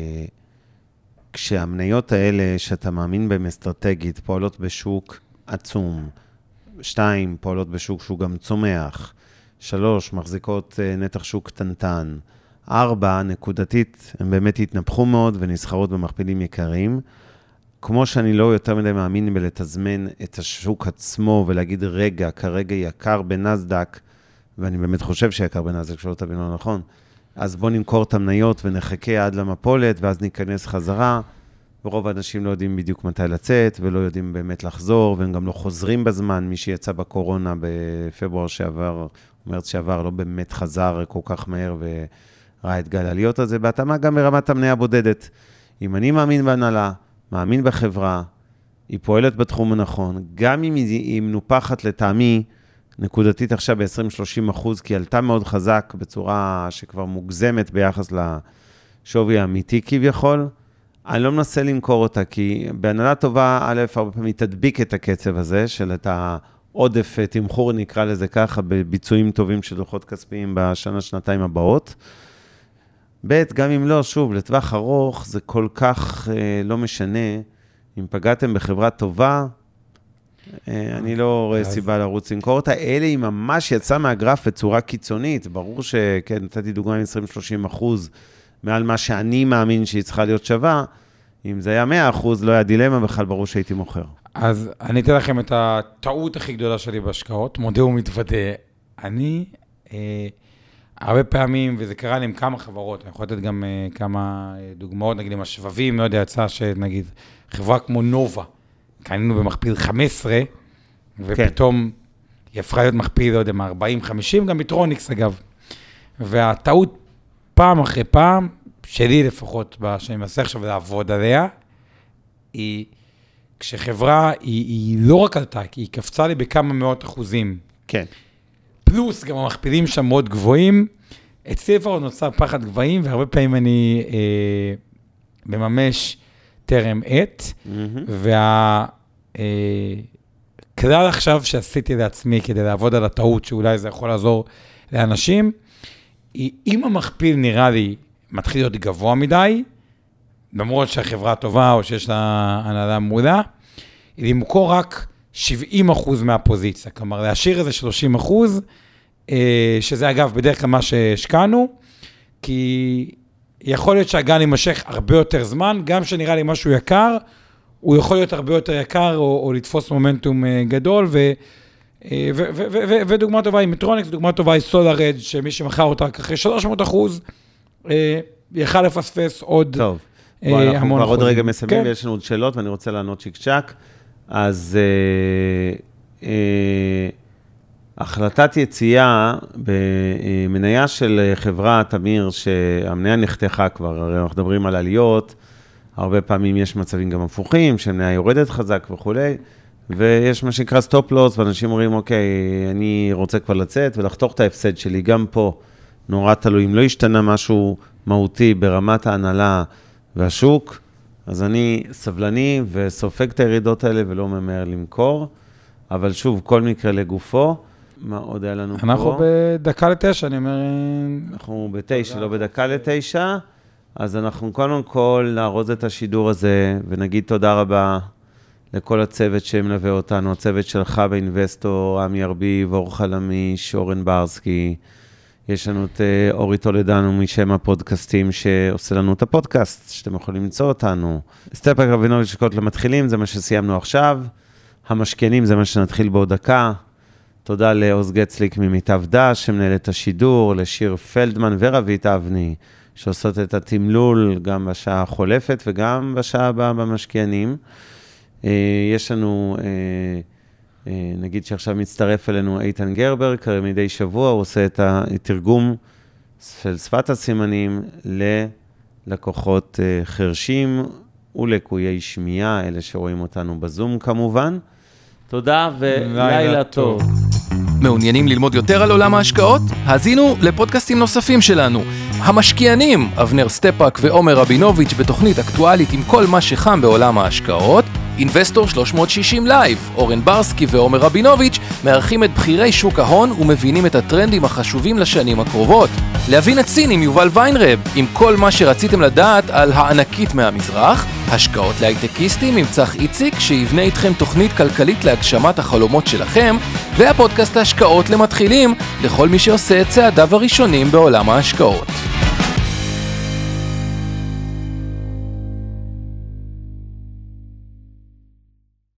Speaker 4: שכשהמניות האלה שאתה מאמין בהן אסטרטגית פועלות בשוק עצום, שתיים, פועלות בשוק שהוא גם צומח, שלוש, מחזיקות נתח שוק קטנטן, ארבע, נקודתית, הן באמת התנפחו מאוד ונסחרות במכפילים יקרים, כמו שאני לא יותר מדי מאמין בלתזמן את השוק עצמו ולהגיד רגע, כרגע יקר בנסדק, ואני באמת חושב שיקר בנסדק, שלא תבינו נכון, אז בוא נמכור את המניות ונחכה עד למפולת, ואז ניכנס חזרה, ורוב האנשים לא יודעים בדיוק מתי לצאת, ולא יודעים באמת לחזור, והם גם לא חוזרים בזמן, מי שיצא בקורונה בפברואר שעבר, מרץ שעבר, לא באמת חזר כל כך מהר, וראה את גל העליות הזה, בהתאמה גם ברמת המניה הבודדת. אם אני מאמין בהנהלה, מאמין בחברה, היא פועלת בתחום הנכון, גם אם היא מנופחת לטעמי, נקודתית עכשיו ב-עשרים שלושים אחוז, כי עלתה מאוד חזק בצורה שכבר מוגזמת ביחס לשווי האמיתי כביכול. אני לא מנסה למכור אותה, כי בהנהלה טובה, א', הרבה פעמים תדביק את הקצב הזה, של את העודף תמחור, נקרא לזה ככה, בביצועים טובים של דוחות כספיים בשנה, שנתיים הבאות. ב', גם אם לא, שוב, לטווח ארוך, זה כל כך אה, לא משנה. אם פגעתם בחברה טובה, אני לא רואה סיבה לרוץ למכור אותה, אלה היא ממש יצאה מהגרף בצורה קיצונית, ברור שכן, נתתי דוגמה עם עשרים שלושים אחוז, מעל מה שאני מאמין שהיא צריכה להיות שווה, אם זה היה מאה אחוז, לא היה דילמה, בכלל ברור שהייתי מוכר.
Speaker 3: אז אני אתן לכם את הטעות הכי גדולה שלי בהשקעות, מודה ומתוודה. אני, אה, הרבה פעמים, וזה קרה לי עם כמה חברות, אני יכול לתת גם אה, כמה דוגמאות, נגיד עם השבבים, לא יודע, יצא שנגיד, חברה כמו נובה, קנינו במכפיל חמש עשרה, ופתאום היא הפכה להיות מכפיל, לא יודע, מ-ארבעים חמישים, גם מיטרוניקס אגב. והטעות פעם אחרי פעם, שלי לפחות, שאני מנסה עכשיו לעבוד עליה, היא, כשחברה היא, היא לא רק עלתה, כי היא קפצה לי בכמה מאות אחוזים.
Speaker 4: כן.
Speaker 3: פלוס גם המכפילים שם מאוד גבוהים, אצלי כבר נוצר פחד גבוהים, והרבה פעמים אני אה, מממש טרם עת, mm-hmm. וה... אה, כלל עכשיו שעשיתי לעצמי כדי לעבוד על הטעות, שאולי זה יכול לעזור לאנשים, היא, אם המכפיל נראה לי מתחיל להיות גבוה מדי, למרות שהחברה טובה או שיש לה הנהלה מעולה, היא למכור רק שבעים אחוז מהפוזיציה, כלומר להשאיר איזה שלושים אחוז, שזה אגב בדרך כלל מה שהשקענו, כי יכול להיות שהגן יימשך הרבה יותר זמן, גם שנראה לי משהו יקר, הוא יכול להיות הרבה יותר יקר, או, או לתפוס מומנטום גדול, ו, ו, ו, ו, ו, ודוגמה טובה היא מטרוניקס, דוגמה טובה היא סולארד, שמי שמכר אותה רק אחרי שלוש מאות אחוז, יכל לפספס עוד
Speaker 4: טוב. בוא, אנחנו כבר עוד רגע מסיימים, ויש לנו עוד שאלות, ואני רוצה לענות צ'יק צ'ק. אז אה, אה, החלטת יציאה במניה של חברה תמיר, שהמניה נחתכה כבר, הרי אנחנו מדברים על עליות, הרבה פעמים יש מצבים גם הפוכים, שהמניה יורדת חזק וכו', ויש מה שנקרא סטופ לוס, ואנשים אומרים, אוקיי, אני רוצה כבר לצאת ולחתוך את ההפסד שלי, גם פה נורא תלוי, אם לא השתנה משהו מהותי ברמת ההנהלה והשוק, אז אני סבלני וסופג את הירידות האלה ולא ממהר למכור, אבל שוב, כל מקרה לגופו, מה עוד היה לנו פה?
Speaker 3: אנחנו בדקה לתשע, אני אומר...
Speaker 4: אנחנו בתשע, לא בדקה לתשע, אז אנחנו קודם כל נארוז את השידור הזה, ונגיד תודה רבה לכל הצוות שמלווה אותנו, הצוות שלך באינבסטור, עמי ארביב, אור חלמיש, אורן ברסקי, יש לנו את אורי טולדנו משם הפודקאסטים שעושה לנו את הפודקאסט, שאתם יכולים למצוא אותנו. סטפאק רבינוביץ' שקות למתחילים, זה מה שסיימנו עכשיו. המשכנים זה מה שנתחיל בעוד דקה. תודה לעוז גצליק ממיטב דש, שמנהל את השידור, לשיר פלדמן ורבית אבני, שעושות את התמלול גם בשעה החולפת וגם בשעה הבאה במשכנים. יש לנו... נגיד שעכשיו מצטרף אלינו איתן גרבר, כרי מדי שבוע הוא עושה את התרגום של שפת הסימנים ללקוחות חרשים ולקויי שמיעה, אלה שרואים אותנו בזום כמובן. תודה ולילה טוב.
Speaker 1: מעוניינים ללמוד יותר על עולם ההשקעות? האזינו לפודקאסטים נוספים שלנו. המשקיענים, אבנר סטפאק ועומר רבינוביץ' בתוכנית אקטואלית עם כל מה שחם בעולם ההשקעות. אינבסטור שלוש מאות שישים לייב, אורן ברסקי ועומר רבינוביץ' מארחים את בחירי שוק ההון ומבינים את הטרנדים החשובים לשנים הקרובות. להבין את סין עם יובל ויינרב, עם כל מה שרציתם לדעת על הענקית מהמזרח. השקעות להייטקיסטים עם צח איציק, שיבנה איתכם תוכנית כלכלית להגשמת החלומות שלכם. והפודקאסט ההשקעות למתחילים, לכל מי שעושה את צעדיו הראשונים בעולם ההשקעות.